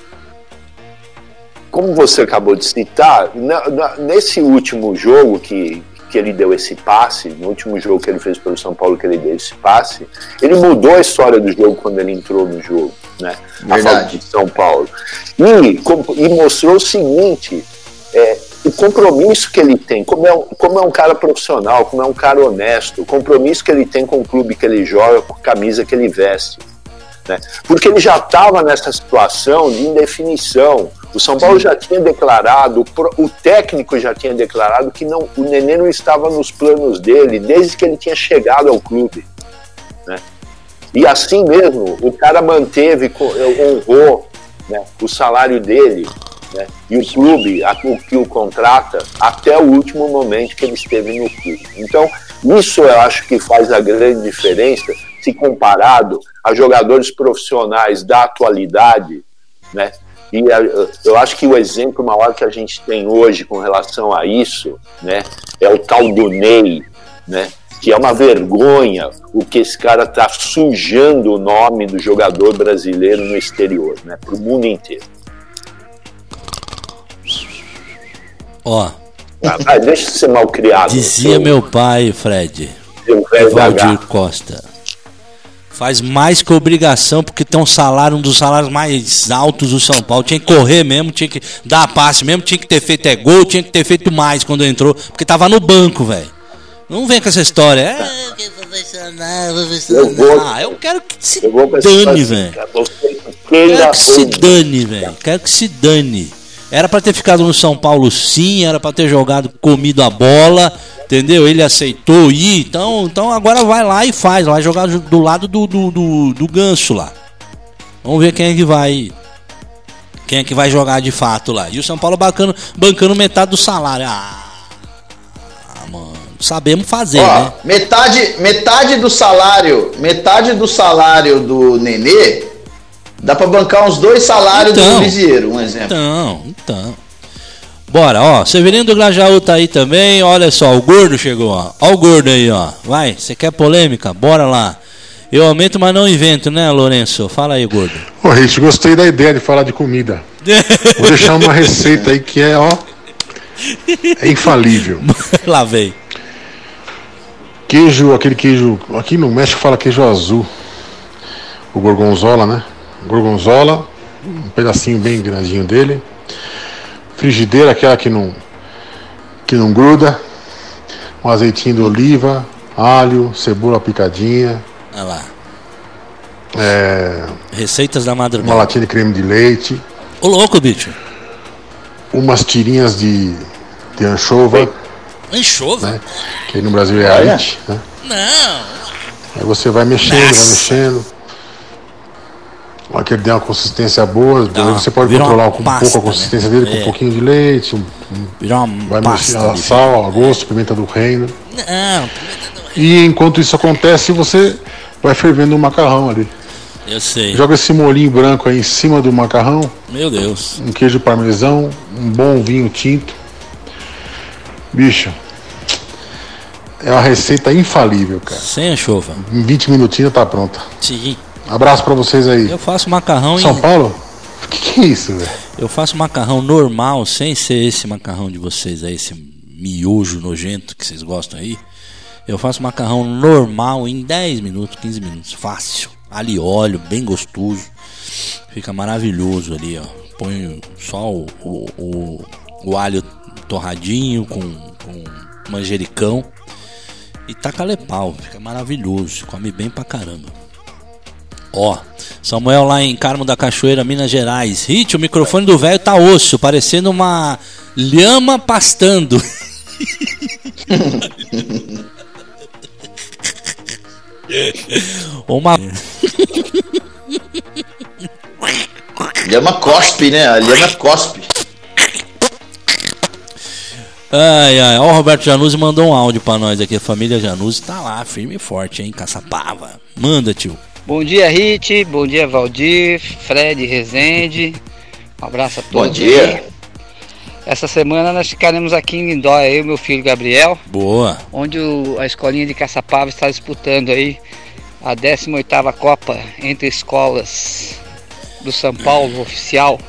Speaker 4: Como você acabou de citar, na, na, nesse último jogo que, que ele deu esse passe, no último jogo que ele fez pelo São Paulo que ele deu esse passe, ele mudou a história do jogo quando ele entrou no jogo, né? A favor de São Paulo. E, com, e mostrou o seguinte, é, o compromisso que ele tem, como é, um, como é um cara profissional, como é um cara honesto, o compromisso que ele tem com o clube que ele joga, com a camisa que ele veste. Né? Porque ele já estava nessa situação de indefinição. O São Paulo já tinha declarado, o técnico já tinha declarado que não, o Nenê não estava nos planos dele desde que ele tinha chegado ao clube. Né? E assim mesmo, o cara manteve, honrou, né, o salário dele, né, e o clube o que o contrata até o último momento que ele esteve no clube. Então, isso eu acho que faz a grande diferença se comparado a jogadores profissionais da atualidade, né? E eu acho que o exemplo maior que a gente tem hoje com relação a isso, né, é o tal do Ney, né, que é uma vergonha o que esse cara está sujando o nome do jogador brasileiro no exterior, né, para o mundo inteiro.
Speaker 3: Ó,
Speaker 4: ah, vai, deixa de ser mal criado.
Speaker 3: Dizia seu, meu pai, Fred, Valdir Costa. Faz mais que obrigação, porque tem um salário, um dos salários mais altos do São Paulo. Tinha que correr mesmo, tinha que dar passe mesmo, tinha que ter feito é gol, tinha que ter feito mais quando entrou, porque tava no banco, velho. Não vem com essa história. É, que profissional, profissional. Ah, eu quero que se dane, velho. Quero que se dane, velho. Quero que se dane. Era pra ter ficado no São Paulo sim, era pra ter jogado, comido a bola, entendeu? Ele aceitou ir, então, então agora vai lá e faz, vai jogar do lado do, do, do, do Ganso lá. Vamos ver quem é que vai. Quem é que vai jogar de fato lá. E o São Paulo bancando, bancando metade do salário. Ah, mano. Sabemos fazer,
Speaker 5: Ó,
Speaker 3: né?
Speaker 5: Metade, metade do salário. Metade do salário do Nenê. Dá pra bancar uns dois salários
Speaker 3: então,
Speaker 5: do Lisieiro, um exemplo.
Speaker 3: Então, então. Bora, ó. Severino do Grajaú tá aí também. Olha só, o gordo chegou, ó. Ó o gordo aí, ó. Vai, você quer polêmica? Bora lá. Eu aumento, mas não invento, né, Lourenço? Fala aí, gordo.
Speaker 7: Ô, Rich, gostei da ideia de falar de comida. Vou deixar uma receita aí que é, ó, é infalível.
Speaker 3: Lá vem.
Speaker 7: Queijo, aquele queijo, aqui no México fala queijo azul. O gorgonzola, né? Gorgonzola, um pedacinho bem grandinho dele. Frigideira, aquela que não, que não gruda. Um azeitinho de oliva, alho, cebola picadinha.
Speaker 3: Olha lá.
Speaker 7: É,
Speaker 3: Receitas da madrugada.
Speaker 7: uma latinha de creme de leite.
Speaker 3: Ô louco, bicho.
Speaker 7: Umas tirinhas de, de anchova.
Speaker 3: Anchova?
Speaker 7: Né? Que aí no Brasil é aite, né?
Speaker 3: Não.
Speaker 7: Aí você vai mexendo,
Speaker 3: Nossa.
Speaker 7: vai mexendo. Aquele dê uma consistência boa,
Speaker 3: Tá,
Speaker 7: aí você pode
Speaker 3: vira
Speaker 7: controlar
Speaker 3: uma
Speaker 7: um
Speaker 3: pasta,
Speaker 7: pouco a consistência
Speaker 3: né?
Speaker 7: dele,
Speaker 3: É.
Speaker 7: com um pouquinho de leite, um, um,
Speaker 3: Virar uma
Speaker 7: vai
Speaker 3: pasta.
Speaker 7: mexer a
Speaker 3: bicho.
Speaker 7: sal, a gosto, pimenta do reino.
Speaker 3: Não,
Speaker 7: E enquanto isso acontece, você vai fervendo o macarrão ali.
Speaker 3: eu sei.
Speaker 7: Joga esse molinho branco aí em cima do macarrão,
Speaker 3: Meu Deus.
Speaker 7: um queijo parmesão, um bom vinho tinto. Bicho, é uma receita infalível, cara.
Speaker 3: Sem anchova.
Speaker 7: Em vinte minutinhos tá pronta.
Speaker 3: Sim.
Speaker 7: Abraço pra vocês aí.
Speaker 3: Eu faço macarrão
Speaker 7: São
Speaker 3: em...
Speaker 7: Paulo? O que, que é isso, velho?
Speaker 3: Eu faço macarrão normal, sem ser esse macarrão de vocês aí, esse miojo nojento que vocês gostam aí. Eu faço macarrão normal em dez minutos, quinze minutos. Fácil. Ali e óleo, bem gostoso. Fica maravilhoso ali, ó. Põe só o, o, o, o alho torradinho com, com manjericão. E taca lepau. Fica maravilhoso. Come bem pra caramba. Ó, Samuel lá em Carmo da Cachoeira, Minas Gerais. Hit, o microfone do velho tá osso, parecendo uma lhama pastando. Uma
Speaker 5: Lhama cospe, né? A lhama cospe.
Speaker 3: Ai, ai, ó, o Roberto Januzzi mandou um áudio pra nós aqui. A família Januzzi tá lá, firme e forte, hein? Caçapava. Manda, tio.
Speaker 8: Bom dia, Rit. Bom dia, Valdir, Fred, Rezende. Um abraço a todos.
Speaker 5: Bom dia.
Speaker 8: Aí. Essa semana nós ficaremos aqui em Lindóia, eu e meu filho Gabriel.
Speaker 3: Boa.
Speaker 8: Onde o, a escolinha de Caçapava está disputando aí a décima oitava Copa entre escolas do São Paulo oficial.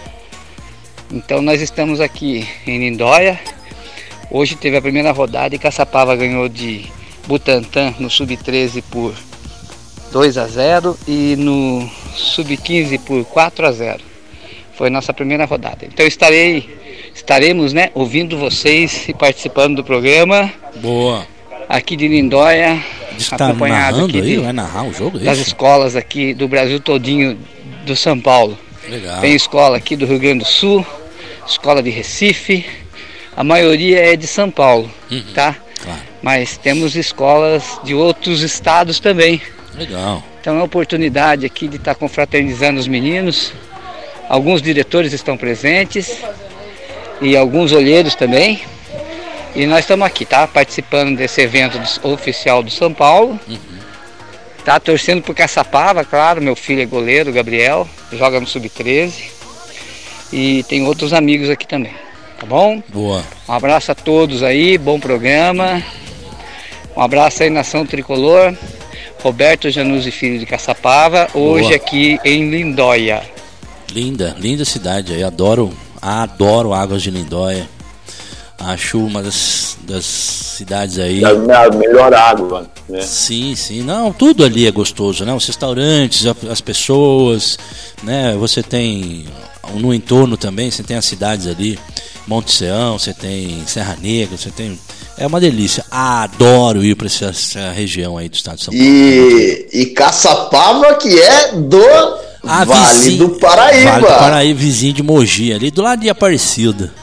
Speaker 8: Então nós estamos aqui em Lindóia. Hoje teve a primeira rodada e Caçapava ganhou de Butantã no sub treze por dois a zero e no sub quinze por quatro a zero. Foi nossa primeira rodada. Então estarei, estaremos, né, ouvindo vocês e participando do programa.
Speaker 3: Boa.
Speaker 8: Aqui de Lindóia,
Speaker 3: Tá
Speaker 8: acompanhado aqui
Speaker 3: aí?
Speaker 8: de,
Speaker 3: Vai narrar o jogo? É
Speaker 8: das
Speaker 3: isso?
Speaker 8: escolas aqui do Brasil todinho, do São Paulo.
Speaker 3: Legal.
Speaker 8: Tem escola aqui do Rio Grande do Sul, escola de Recife, a maioria é de São Paulo,
Speaker 3: Uhum,
Speaker 8: tá?
Speaker 3: claro.
Speaker 8: Mas temos escolas de outros estados também.
Speaker 3: Legal.
Speaker 8: Então é uma oportunidade aqui de estar confraternizando os meninos. Alguns diretores estão presentes e alguns olheiros também. E nós estamos aqui, tá? Participando desse evento do, oficial do São Paulo.
Speaker 3: Uhum.
Speaker 8: Tá torcendo por Caçapava, claro. Meu filho é goleiro, o Gabriel, joga no sub treze. E tem outros amigos aqui também, tá bom?
Speaker 3: Boa.
Speaker 8: Um abraço a todos aí, bom programa. Um abraço aí, Nação Tricolor. Roberto Januzzi Filho de Caçapava, hoje
Speaker 3: Boa.
Speaker 8: aqui em Lindóia.
Speaker 3: Linda, linda cidade aí. Adoro, adoro Águas de Lindóia. Acho uma das, das cidades aí.
Speaker 4: A melhor água, né?
Speaker 3: Sim, sim. Não, tudo ali é gostoso, né? Os restaurantes, as pessoas, né? Você tem no entorno também, você tem as cidades ali, Monte Sião, você tem Serra Negra, você tem... É uma delícia. Adoro ir para essa, essa região aí do estado de São Paulo.
Speaker 5: E, e Caçapava, que é do
Speaker 3: Ah,
Speaker 5: Vale
Speaker 3: vizinho,
Speaker 5: do Paraíba.
Speaker 3: Vale do Paraíba, vizinho de Mogi, ali do lado de Aparecida.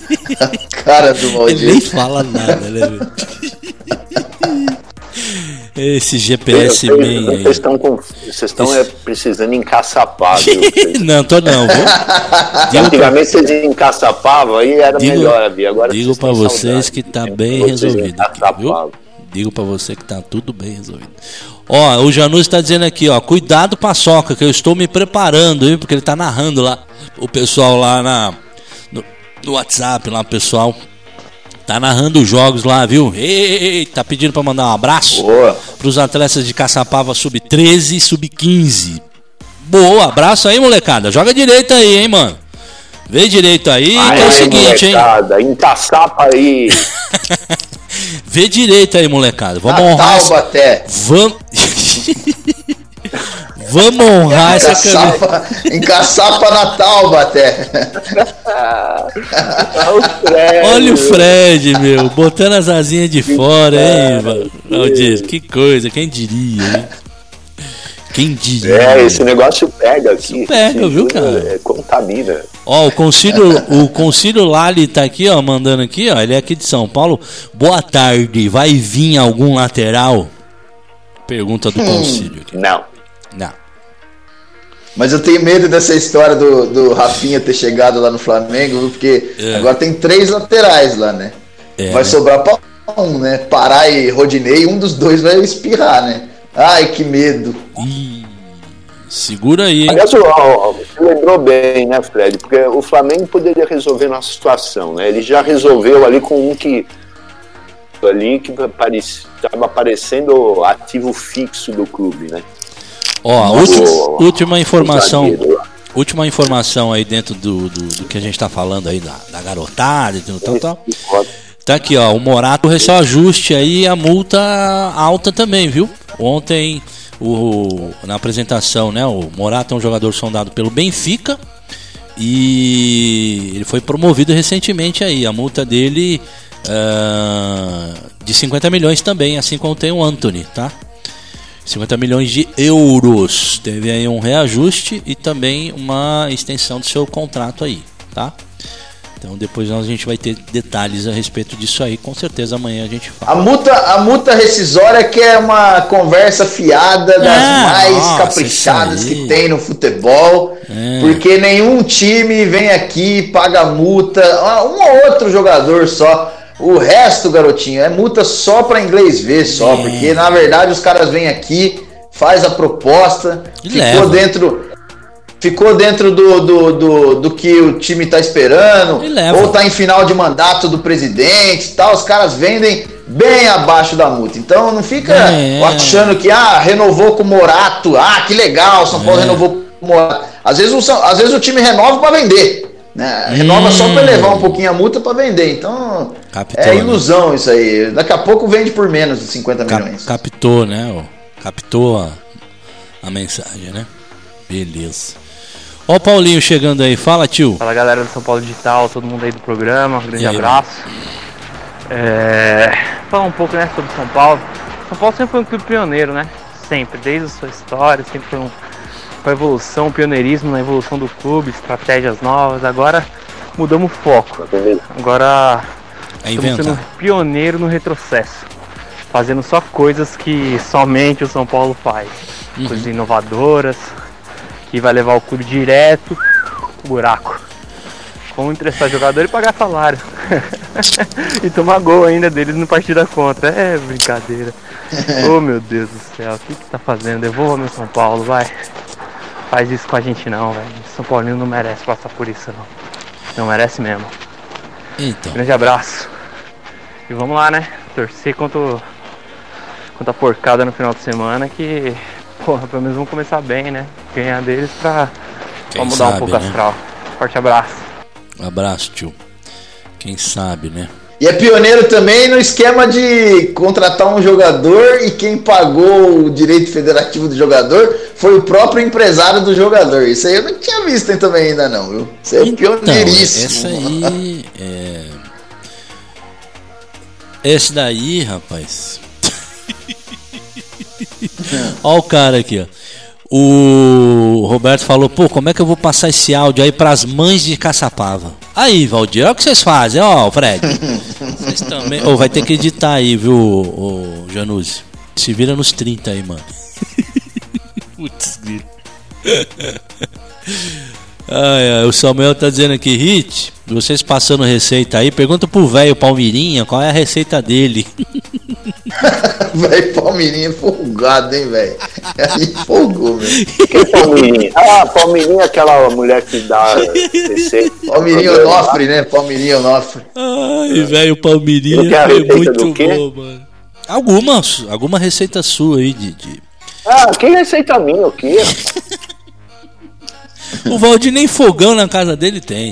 Speaker 5: Cara do
Speaker 3: Ele nem
Speaker 5: maldito.
Speaker 3: fala nada, né? Esse G P S
Speaker 4: eu, eu,
Speaker 3: bem
Speaker 4: eu,
Speaker 3: aí.
Speaker 4: Vocês estão com, vocês estão Esse... é, precisando encaçapar, viu?
Speaker 3: Não, tô não, viu?
Speaker 4: Antigamente pra... vocês encaçapavam, aí era digo, melhor, viu? Agora
Speaker 3: digo pra vocês saudade, que tá bem resolvido aqui, viu? Digo pra você que tá tudo bem resolvido. Ó, o Janus tá dizendo aqui, ó, cuidado Paçoca, que eu estou me preparando, hein? Porque ele tá narrando lá, o pessoal lá na, no, no WhatsApp, lá o pessoal tá narrando os jogos lá, viu? Ei, tá pedindo pra mandar um abraço Boa. Pros atletas de Caçapava sub treze e sub quinze. Boa, abraço aí, molecada. Joga direito aí, hein, mano. Vê direito aí,
Speaker 4: Aê,
Speaker 3: que é o seguinte,
Speaker 4: molecada, hein? Encaçapa aí.
Speaker 3: Vê direito aí, molecada. Vamos
Speaker 5: Natal,
Speaker 3: honrar essa...
Speaker 5: até.
Speaker 3: Vamos... Vamos honrar essa camisa.
Speaker 5: Encaçapa Natal, Baté.
Speaker 3: Olha o Fred, meu, botando as asinhas de fora, hein, Valdir? Que coisa, quem diria, hein? Quem diria?
Speaker 4: É, esse negócio pega aqui.
Speaker 3: Pega, viu, cara?
Speaker 4: É, contamina.
Speaker 3: Ó, o Concílio, o Concílio Lali tá aqui, ó, mandando aqui, ó. Ele é aqui de São Paulo. Boa tarde, vai vir algum lateral? Pergunta do hum, Concílio aqui.
Speaker 4: Não.
Speaker 3: Não.
Speaker 5: Mas eu tenho medo dessa história do, do Rafinha ter chegado lá no Flamengo, porque é. agora tem três laterais lá, né? É, vai né? sobrar pra um, né? Pará e Rodinei, um dos dois vai espirrar, né? Ai, que medo.
Speaker 3: Ih, segura aí, hein?
Speaker 4: Aliás, você lembrou bem, né, Fred? Porque o Flamengo poderia resolver nossa situação, né? Ele já resolveu ali com um que ali que estava aparecendo ativo fixo do clube, né?
Speaker 3: Ó, última, última informação, última informação aí dentro do, do, do que a gente tá falando aí da, da garotada e tudo tal, tal. Tá aqui, ó, o Morato recebeu ajuste aí, a multa alta também, viu? Ontem, o, na apresentação, né, o Morato é um jogador sondado pelo Benfica e ele foi promovido recentemente aí, a multa dele uh, de cinquenta milhões também, assim como tem o Antony, tá? cinquenta milhões de euros. Teve aí um reajuste e também uma extensão do seu contrato aí, tá? Então depois a gente vai ter detalhes a respeito disso aí. Com certeza amanhã a gente fala.
Speaker 5: A multa, a multa rescisória que é uma conversa fiada das é, mais nossa, caprichadas que tem no futebol. É. Porque nenhum time vem aqui e paga multa. Um ou outro jogador só. O resto, garotinho, é multa só para inglês ver só, é. porque na verdade os caras vêm aqui, faz a proposta, e ficou leva. dentro, ficou dentro do, do, do, do que o time tá esperando, ou tá em final de mandato do presidente e tal, os caras vendem bem abaixo da multa. Então não fica é. achando que ah, renovou com o Morato, ah, que legal, São Paulo é. renovou com o Morato. Às vezes o, às vezes o time renova para vender. Né? Renova hum. só para elevar um pouquinho a multa para vender. Então captou, é ilusão, né? Isso aí. Daqui a pouco vende por menos de cinquenta milhões.
Speaker 3: Captou, né? Captou a, a mensagem, né? Beleza. Ó o Paulinho chegando aí. Fala, tio.
Speaker 9: Fala, galera do São Paulo Digital, todo mundo aí do programa. Um grande aí, abraço. É... Falar um pouco, né, sobre São Paulo. São Paulo sempre foi um clube pioneiro, né? Sempre, desde a sua história, sempre foi um com a evolução, pioneirismo na evolução do clube, estratégias novas. Agora mudamos o foco. Agora
Speaker 3: é
Speaker 9: estamos sendo pioneiro no retrocesso, fazendo só coisas que somente o São Paulo faz. Uhum. Coisas inovadoras, que vai levar o clube direto pro buraco. Como emprestar jogador e pagar salário. E tomar gol ainda deles no partida contra. É brincadeira. Oh, meu Deus do céu, o que que tá fazendo? Devolva meu São Paulo, vai. Faz isso com a gente não, velho. São Paulino não merece passar por isso, não. Não merece mesmo.
Speaker 3: Então.
Speaker 9: Grande abraço. E vamos lá, né? Torcer contra, o... contra a porcada no final de semana. Que, porra, pelo menos vamos começar bem, né? Ganhar deles pra, pra mudar sabe, um pouco o né? astral. Forte abraço.
Speaker 3: Um abraço, tio. Quem sabe, né?
Speaker 5: E é pioneiro também no esquema de contratar um jogador e quem pagou o direito federativo do jogador foi o próprio empresário do jogador. Isso aí eu não tinha visto também ainda não, viu? Isso aí é então, pioneiríssimo.
Speaker 3: Essa aí é... Esse daí, rapaz... Olha o cara aqui, ó. O Roberto falou, pô, como é que eu vou passar esse áudio aí pras mães de Caçapava? Aí, Valdir, olha o que vocês fazem, ó, Fred. Vocês também... Oh, vai ter que editar aí, viu, o Januzzi? Se vira nos trinta aí, mano. Putz, grito. Ai, ai, o Samuel tá dizendo aqui, Hit, vocês passando receita aí, pergunta pro velho Palmirinha qual é a receita dele.
Speaker 5: Velho Palmirinha folgado, hein, velho? Aí folgou, velho.
Speaker 4: Que é Palmirinha? Ah, Palmirinha é aquela mulher que dá receita.
Speaker 5: Palmirinha Onofre, né? Palmirinha Onofre.
Speaker 3: Ai, velho Palmirinha é muito bom, mano. Alguma, alguma receita sua aí, de, de...
Speaker 4: Ah, que receita minha, o quê?
Speaker 3: O Valdir nem fogão na casa dele tem.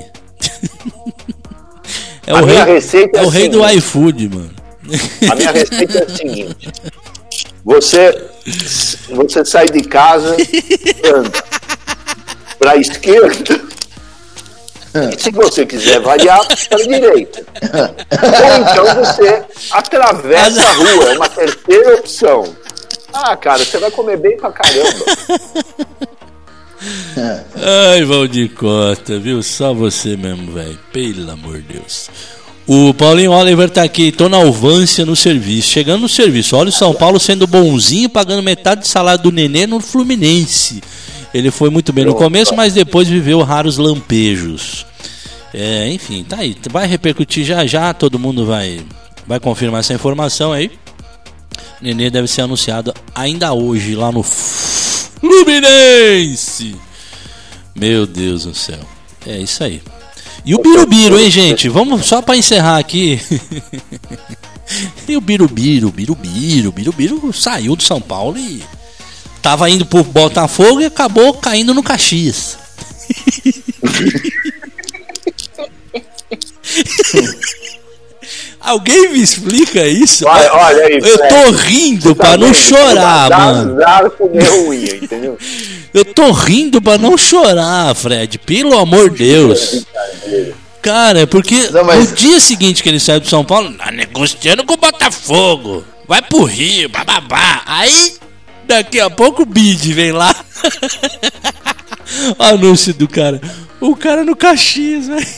Speaker 3: É
Speaker 4: a
Speaker 3: o
Speaker 4: minha
Speaker 3: rei,
Speaker 4: receita
Speaker 3: é,
Speaker 4: é
Speaker 3: o rei
Speaker 4: seguinte.
Speaker 3: do iFood, mano.
Speaker 4: A minha receita é a seguinte: você, você sai de casa, anda para a esquerda, e se você quiser variar, para a direita. Ou então você atravessa a rua, é uma terceira opção. Ah, cara, você vai comer bem pra caramba.
Speaker 3: Ai, Valdir Costa, viu? Só você mesmo, velho. Pelo amor de Deus. O Paulinho Oliver tá aqui, tô na Alvância no serviço. Chegando no serviço, olha o São Paulo sendo bonzinho, pagando metade do salário do Nenê no Fluminense. Ele foi muito bem no começo, mas depois viveu raros lampejos. É, enfim, tá aí. Vai repercutir já já, todo mundo vai, vai confirmar essa informação aí. Nenê deve ser anunciado ainda hoje lá no Fluminense. Meu Deus do céu. É isso aí. E o Birubiru, hein, gente? Vamos só pra encerrar aqui. E o Birubiru, Birubiru, Birubiru saiu do São Paulo e tava indo pro Botafogo e acabou caindo no Caxias. Alguém me explica isso?
Speaker 4: Olha, olha aí,
Speaker 3: eu tô
Speaker 4: Fred,
Speaker 3: rindo
Speaker 4: tá
Speaker 3: pra não
Speaker 4: vendo?
Speaker 3: chorar,
Speaker 4: Dá
Speaker 3: mano.
Speaker 4: azar comer unha, entendeu?
Speaker 3: Eu tô rindo pra não chorar, Fred. Pelo amor de Deus. Cara, é porque não, mas... no dia seguinte que ele saiu do São Paulo, tá negociando com o Botafogo. Vai pro Rio, bababá. Aí, daqui a pouco o Bid vem lá. O anúncio do cara. O cara no Caxias, velho.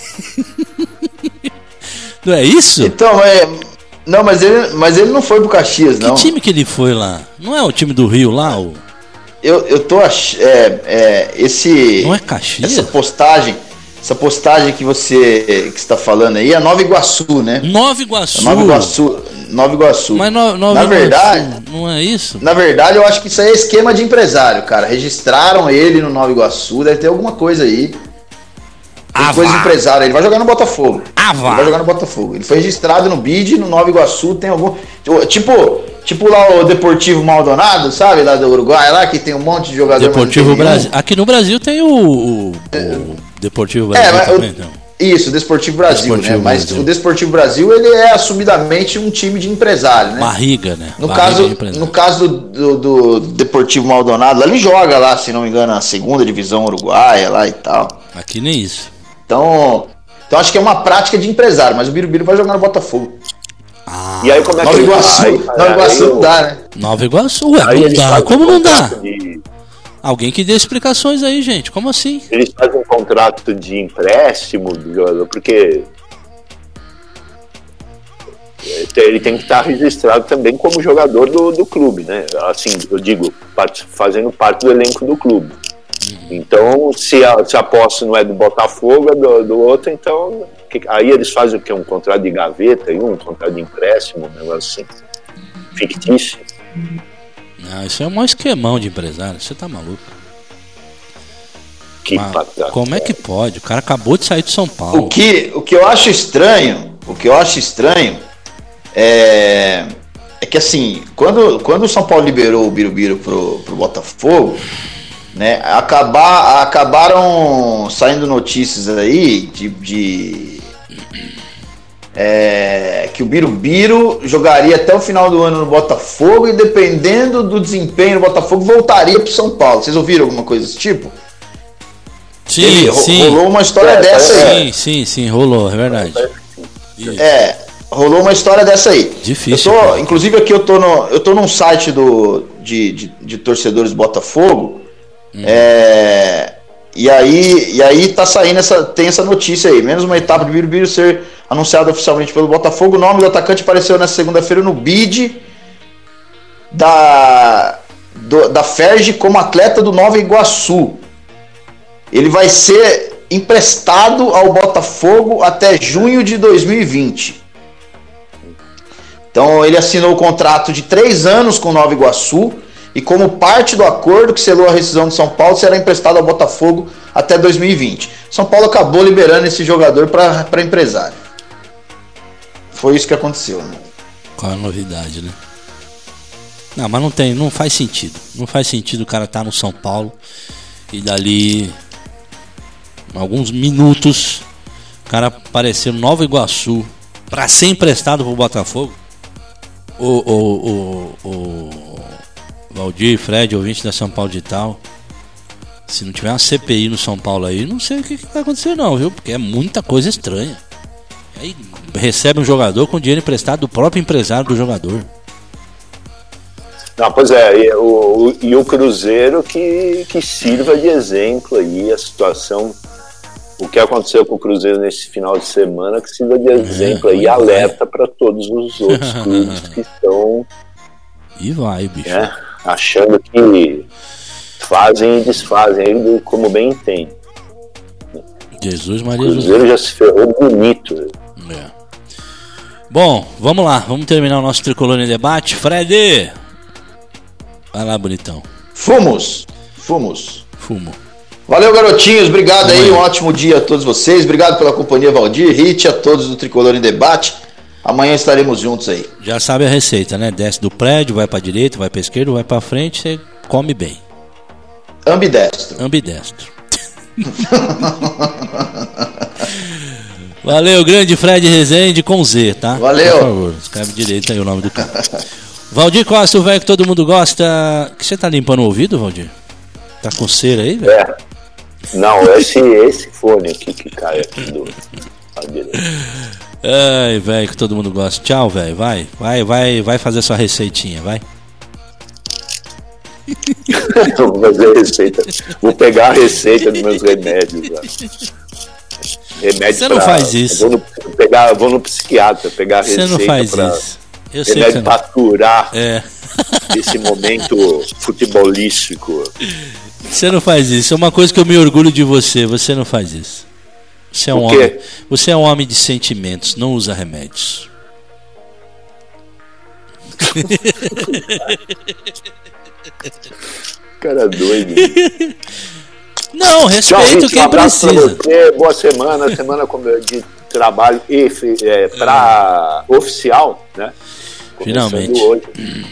Speaker 3: Não é isso?
Speaker 5: Então, é... Não, mas ele, mas ele não foi pro Caxias,
Speaker 3: que
Speaker 5: não.
Speaker 3: Que time que ele foi lá? Não é o time do Rio lá? O...
Speaker 5: Eu, eu tô ach... é, é, esse...
Speaker 3: Não é Caxias?
Speaker 5: Essa postagem... Essa postagem que você que está falando aí é Nova Iguaçu, né?
Speaker 3: Nova Iguaçu.
Speaker 5: Nova Iguaçu. Nova Iguaçu.
Speaker 3: Mas no, Nova
Speaker 5: na
Speaker 3: Iguaçu,
Speaker 5: verdade,
Speaker 3: não é isso?
Speaker 5: Na verdade, eu acho que isso aí é esquema de empresário, cara. Registraram ele no Nova Iguaçu, deve ter alguma coisa aí.
Speaker 3: Ah,
Speaker 5: coisa de empresário. Ele vai jogar no Botafogo.
Speaker 3: Ah,
Speaker 5: ele vai jogar no Botafogo. Ele foi registrado no B I D, no Nova Iguaçu, tem algum tipo, tipo lá o Deportivo Maldonado, sabe, lá do Uruguai, lá que tem um monte de jogador.
Speaker 3: Deportivo Brasil. Aqui no Brasil tem o, o, o Deportivo Brasil
Speaker 5: é,
Speaker 3: também,
Speaker 5: o,
Speaker 3: então.
Speaker 5: Isso, o Desportivo Brasil,
Speaker 3: Desportivo
Speaker 5: né? Mas
Speaker 3: Brasil.
Speaker 5: o Desportivo Brasil, ele é assumidamente um time de empresário, né?
Speaker 3: Barriga, né?
Speaker 5: No
Speaker 3: Barriga
Speaker 5: caso, no caso do, do, do Deportivo Maldonado, ele joga lá, se não me engano, na segunda divisão uruguaia lá e tal.
Speaker 3: Aqui nem isso.
Speaker 5: Então, então acho que é uma prática de empresário, mas o Birubiru vai jogar no Botafogo.
Speaker 3: Ah,
Speaker 4: e aí como é que
Speaker 5: Nova Iguaçu,
Speaker 4: aí,
Speaker 5: Nova Iguaçu não dá, né?
Speaker 3: Nova Iguaçu, ué,
Speaker 4: aí
Speaker 3: não dá. Como não dá?
Speaker 4: De...
Speaker 3: Alguém que dê explicações aí, gente. Como assim?
Speaker 4: Eles fazem um contrato de empréstimo do jogador, porque ele tem que estar registrado também como jogador do, do clube, né? Assim, eu digo, part, fazendo parte do elenco do clube. Uhum. Então, se a, se a posse não é do Botafogo, é do, do outro, então que, aí eles fazem o quê? Um contrato de gaveta, um contrato de empréstimo, um negócio assim, fictício.
Speaker 3: Não, isso é um esquemão de empresário, você tá maluco.
Speaker 4: Que
Speaker 3: Mas, como é que pode? O cara acabou de sair de São Paulo.
Speaker 5: O que, o que eu acho estranho, o que eu acho estranho é, é que assim, quando, quando o São Paulo liberou o Birubiru pro, pro Botafogo, né, acabar, acabaram saindo notícias aí de, de é, que o Birubiru jogaria até o final do ano no Botafogo e dependendo do desempenho do Botafogo voltaria pro São Paulo. Vocês ouviram alguma coisa desse tipo?
Speaker 3: Sim,
Speaker 5: Ele,
Speaker 3: sim.
Speaker 5: Rolou uma história
Speaker 3: é,
Speaker 5: dessa
Speaker 3: sim,
Speaker 5: aí.
Speaker 3: Sim, sim, sim, rolou, é verdade. Isso.
Speaker 5: É, rolou uma história dessa aí.
Speaker 3: Difícil.
Speaker 5: Eu tô, inclusive aqui eu tô, no, eu tô num site do, de, de, de torcedores do Botafogo. Hum. É, e, aí, e aí tá saindo essa, tem essa notícia aí. Menos uma etapa de Birubiru ser anunciado oficialmente pelo Botafogo. O nome do atacante apareceu nessa segunda-feira no B I D. da, do, da Ferge como atleta do Nova Iguaçu. Ele vai ser emprestado ao Botafogo até junho de dois mil e vinte. Então ele assinou o contrato de três anos com o Nova Iguaçu e como parte do acordo que selou a rescisão de São Paulo, será emprestado ao Botafogo até dois mil e vinte. São Paulo acabou liberando esse jogador para empresário. Foi isso que aconteceu, né?
Speaker 3: Qual a novidade, né? Não, mas não tem, não faz sentido. Não faz sentido o cara estar tá no São Paulo e dali alguns minutos o cara aparecer no Nova Iguaçu para ser emprestado pro Botafogo. O, o, o, o Valdir, Fred, ouvinte da São Paulo Digital, se não tiver uma C P I no São Paulo aí, não sei o que, que vai acontecer não, viu? Porque é muita coisa estranha. Aí recebe um jogador com dinheiro emprestado do próprio empresário do jogador.
Speaker 4: Não, pois é, e o, e o Cruzeiro que, que sirva de exemplo aí a situação, o que aconteceu com o Cruzeiro nesse final de semana, que sirva de exemplo é, aí, alerta para todos os outros clubes que estão
Speaker 3: e vai, bicho.
Speaker 4: Né, achando que fazem e desfazem aí como bem entende.
Speaker 3: Jesus Maria.
Speaker 4: O Cruzeiro já se ferrou bonito.
Speaker 3: É. Bom, vamos lá, vamos terminar o nosso Tricolor em Debate. Fred, vai lá, bonitão.
Speaker 5: Fomos, fomos.
Speaker 3: Fumo.
Speaker 5: Valeu, garotinhos, obrigado aí, um ótimo dia a todos vocês. Obrigado pela companhia, Valdir, Hit, a todos do Tricolor em Debate. Amanhã estaremos juntos aí.
Speaker 3: Já sabe a receita, né? Desce do prédio, vai pra direita, vai pra esquerda, vai pra frente, você come bem.
Speaker 5: Ambidestro.
Speaker 3: Ambidestro. Valeu, grande Fred Rezende com Z, tá?
Speaker 5: Valeu.
Speaker 3: Por favor, escreve direito aí o nome do cara. Valdir Costa, o velho que todo mundo gosta. Que você tá limpando o ouvido, Valdir? Tá com cera aí, velho?
Speaker 4: É. Não, esse, esse fone aqui que cai aqui do.
Speaker 3: Ai, velho, que todo mundo gosta. Tchau, velho. Vai, vai, vai, vai fazer sua receitinha, vai.
Speaker 4: Vou fazer a receita. Vou pegar a receita dos meus remédios. Lá. Remédio
Speaker 3: você não pra, faz isso.
Speaker 4: Vou no, pegar, vou no psiquiatra pegar a
Speaker 3: você
Speaker 4: receita.
Speaker 3: Você não faz
Speaker 4: pra,
Speaker 3: isso. Eu
Speaker 4: remédio
Speaker 3: sei
Speaker 4: pra aturar
Speaker 3: é.
Speaker 4: esse momento futebolístico.
Speaker 3: Você não faz isso. É uma coisa que eu me orgulho de você. Você não faz isso. Você é um homem. Você é um homem de sentimentos. Não usa remédios.
Speaker 4: Cara doido.
Speaker 3: Não, respeito Tchau, quem um precisa.
Speaker 4: Você, boa semana, semana de trabalho é, pra é. oficial, né? Começando
Speaker 3: finalmente.
Speaker 4: Hoje.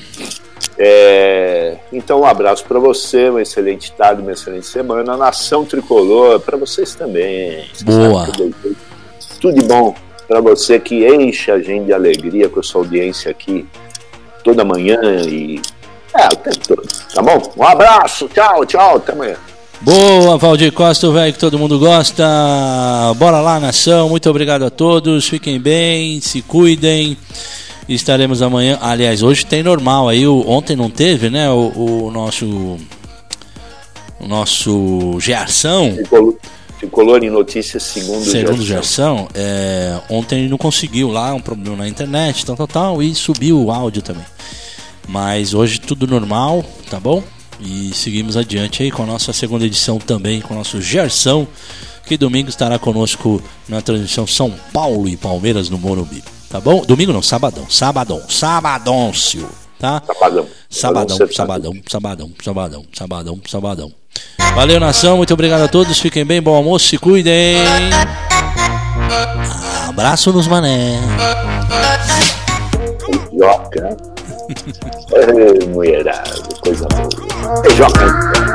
Speaker 4: É, então um abraço para você, uma excelente tarde, uma excelente semana, Nação Tricolor, para vocês também.
Speaker 3: Boa.
Speaker 4: Tudo, tudo de bom para você que enche a gente de alegria com a sua audiência aqui toda manhã e é, o tempo todo, tá bom? Um abraço, tchau, tchau, até amanhã.
Speaker 3: Boa, Valdir Costa, o velho que todo mundo gosta. Bora lá, nação, muito obrigado a todos, fiquem bem, se cuidem. Estaremos amanhã, aliás, hoje tem normal aí, o, ontem não teve, né, o, o nosso o nosso Gerson
Speaker 4: Tricolor em Notícias segundo,
Speaker 3: segundo Gerson, é, ontem ele não conseguiu lá, um problema na internet, tal, tal, tal, e subiu o áudio também, mas hoje tudo normal, tá bom? E seguimos adiante aí com a nossa segunda edição também, com o nosso Gerson, que domingo estará conosco na transmissão São Paulo e Palmeiras no Morumbi. Tá bom? Domingo não, sabadão, sabadão, sabadôncio, tá?
Speaker 4: Sabadão.
Speaker 3: Sabadão, sabadão, sabadão, sabadão, sabadão, sabadão. Valeu, nação, muito obrigado a todos, fiquem bem, bom almoço, se cuidem. Abraço nos mané.
Speaker 4: Joca. É, mulherada, coisa boa. É joca.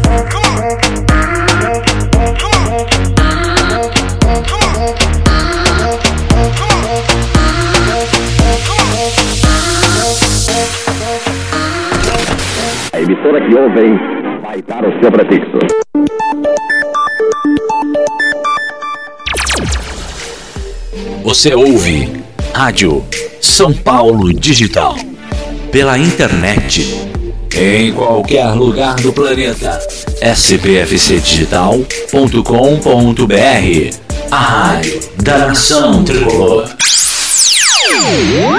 Speaker 1: A emissora que ouvem vai para o seu prefixo.
Speaker 2: Você ouve Rádio São Paulo Digital. Pela internet. Em qualquer lugar do planeta. S P F C digital ponto com ponto b r. A rádio da Nação Tricolor.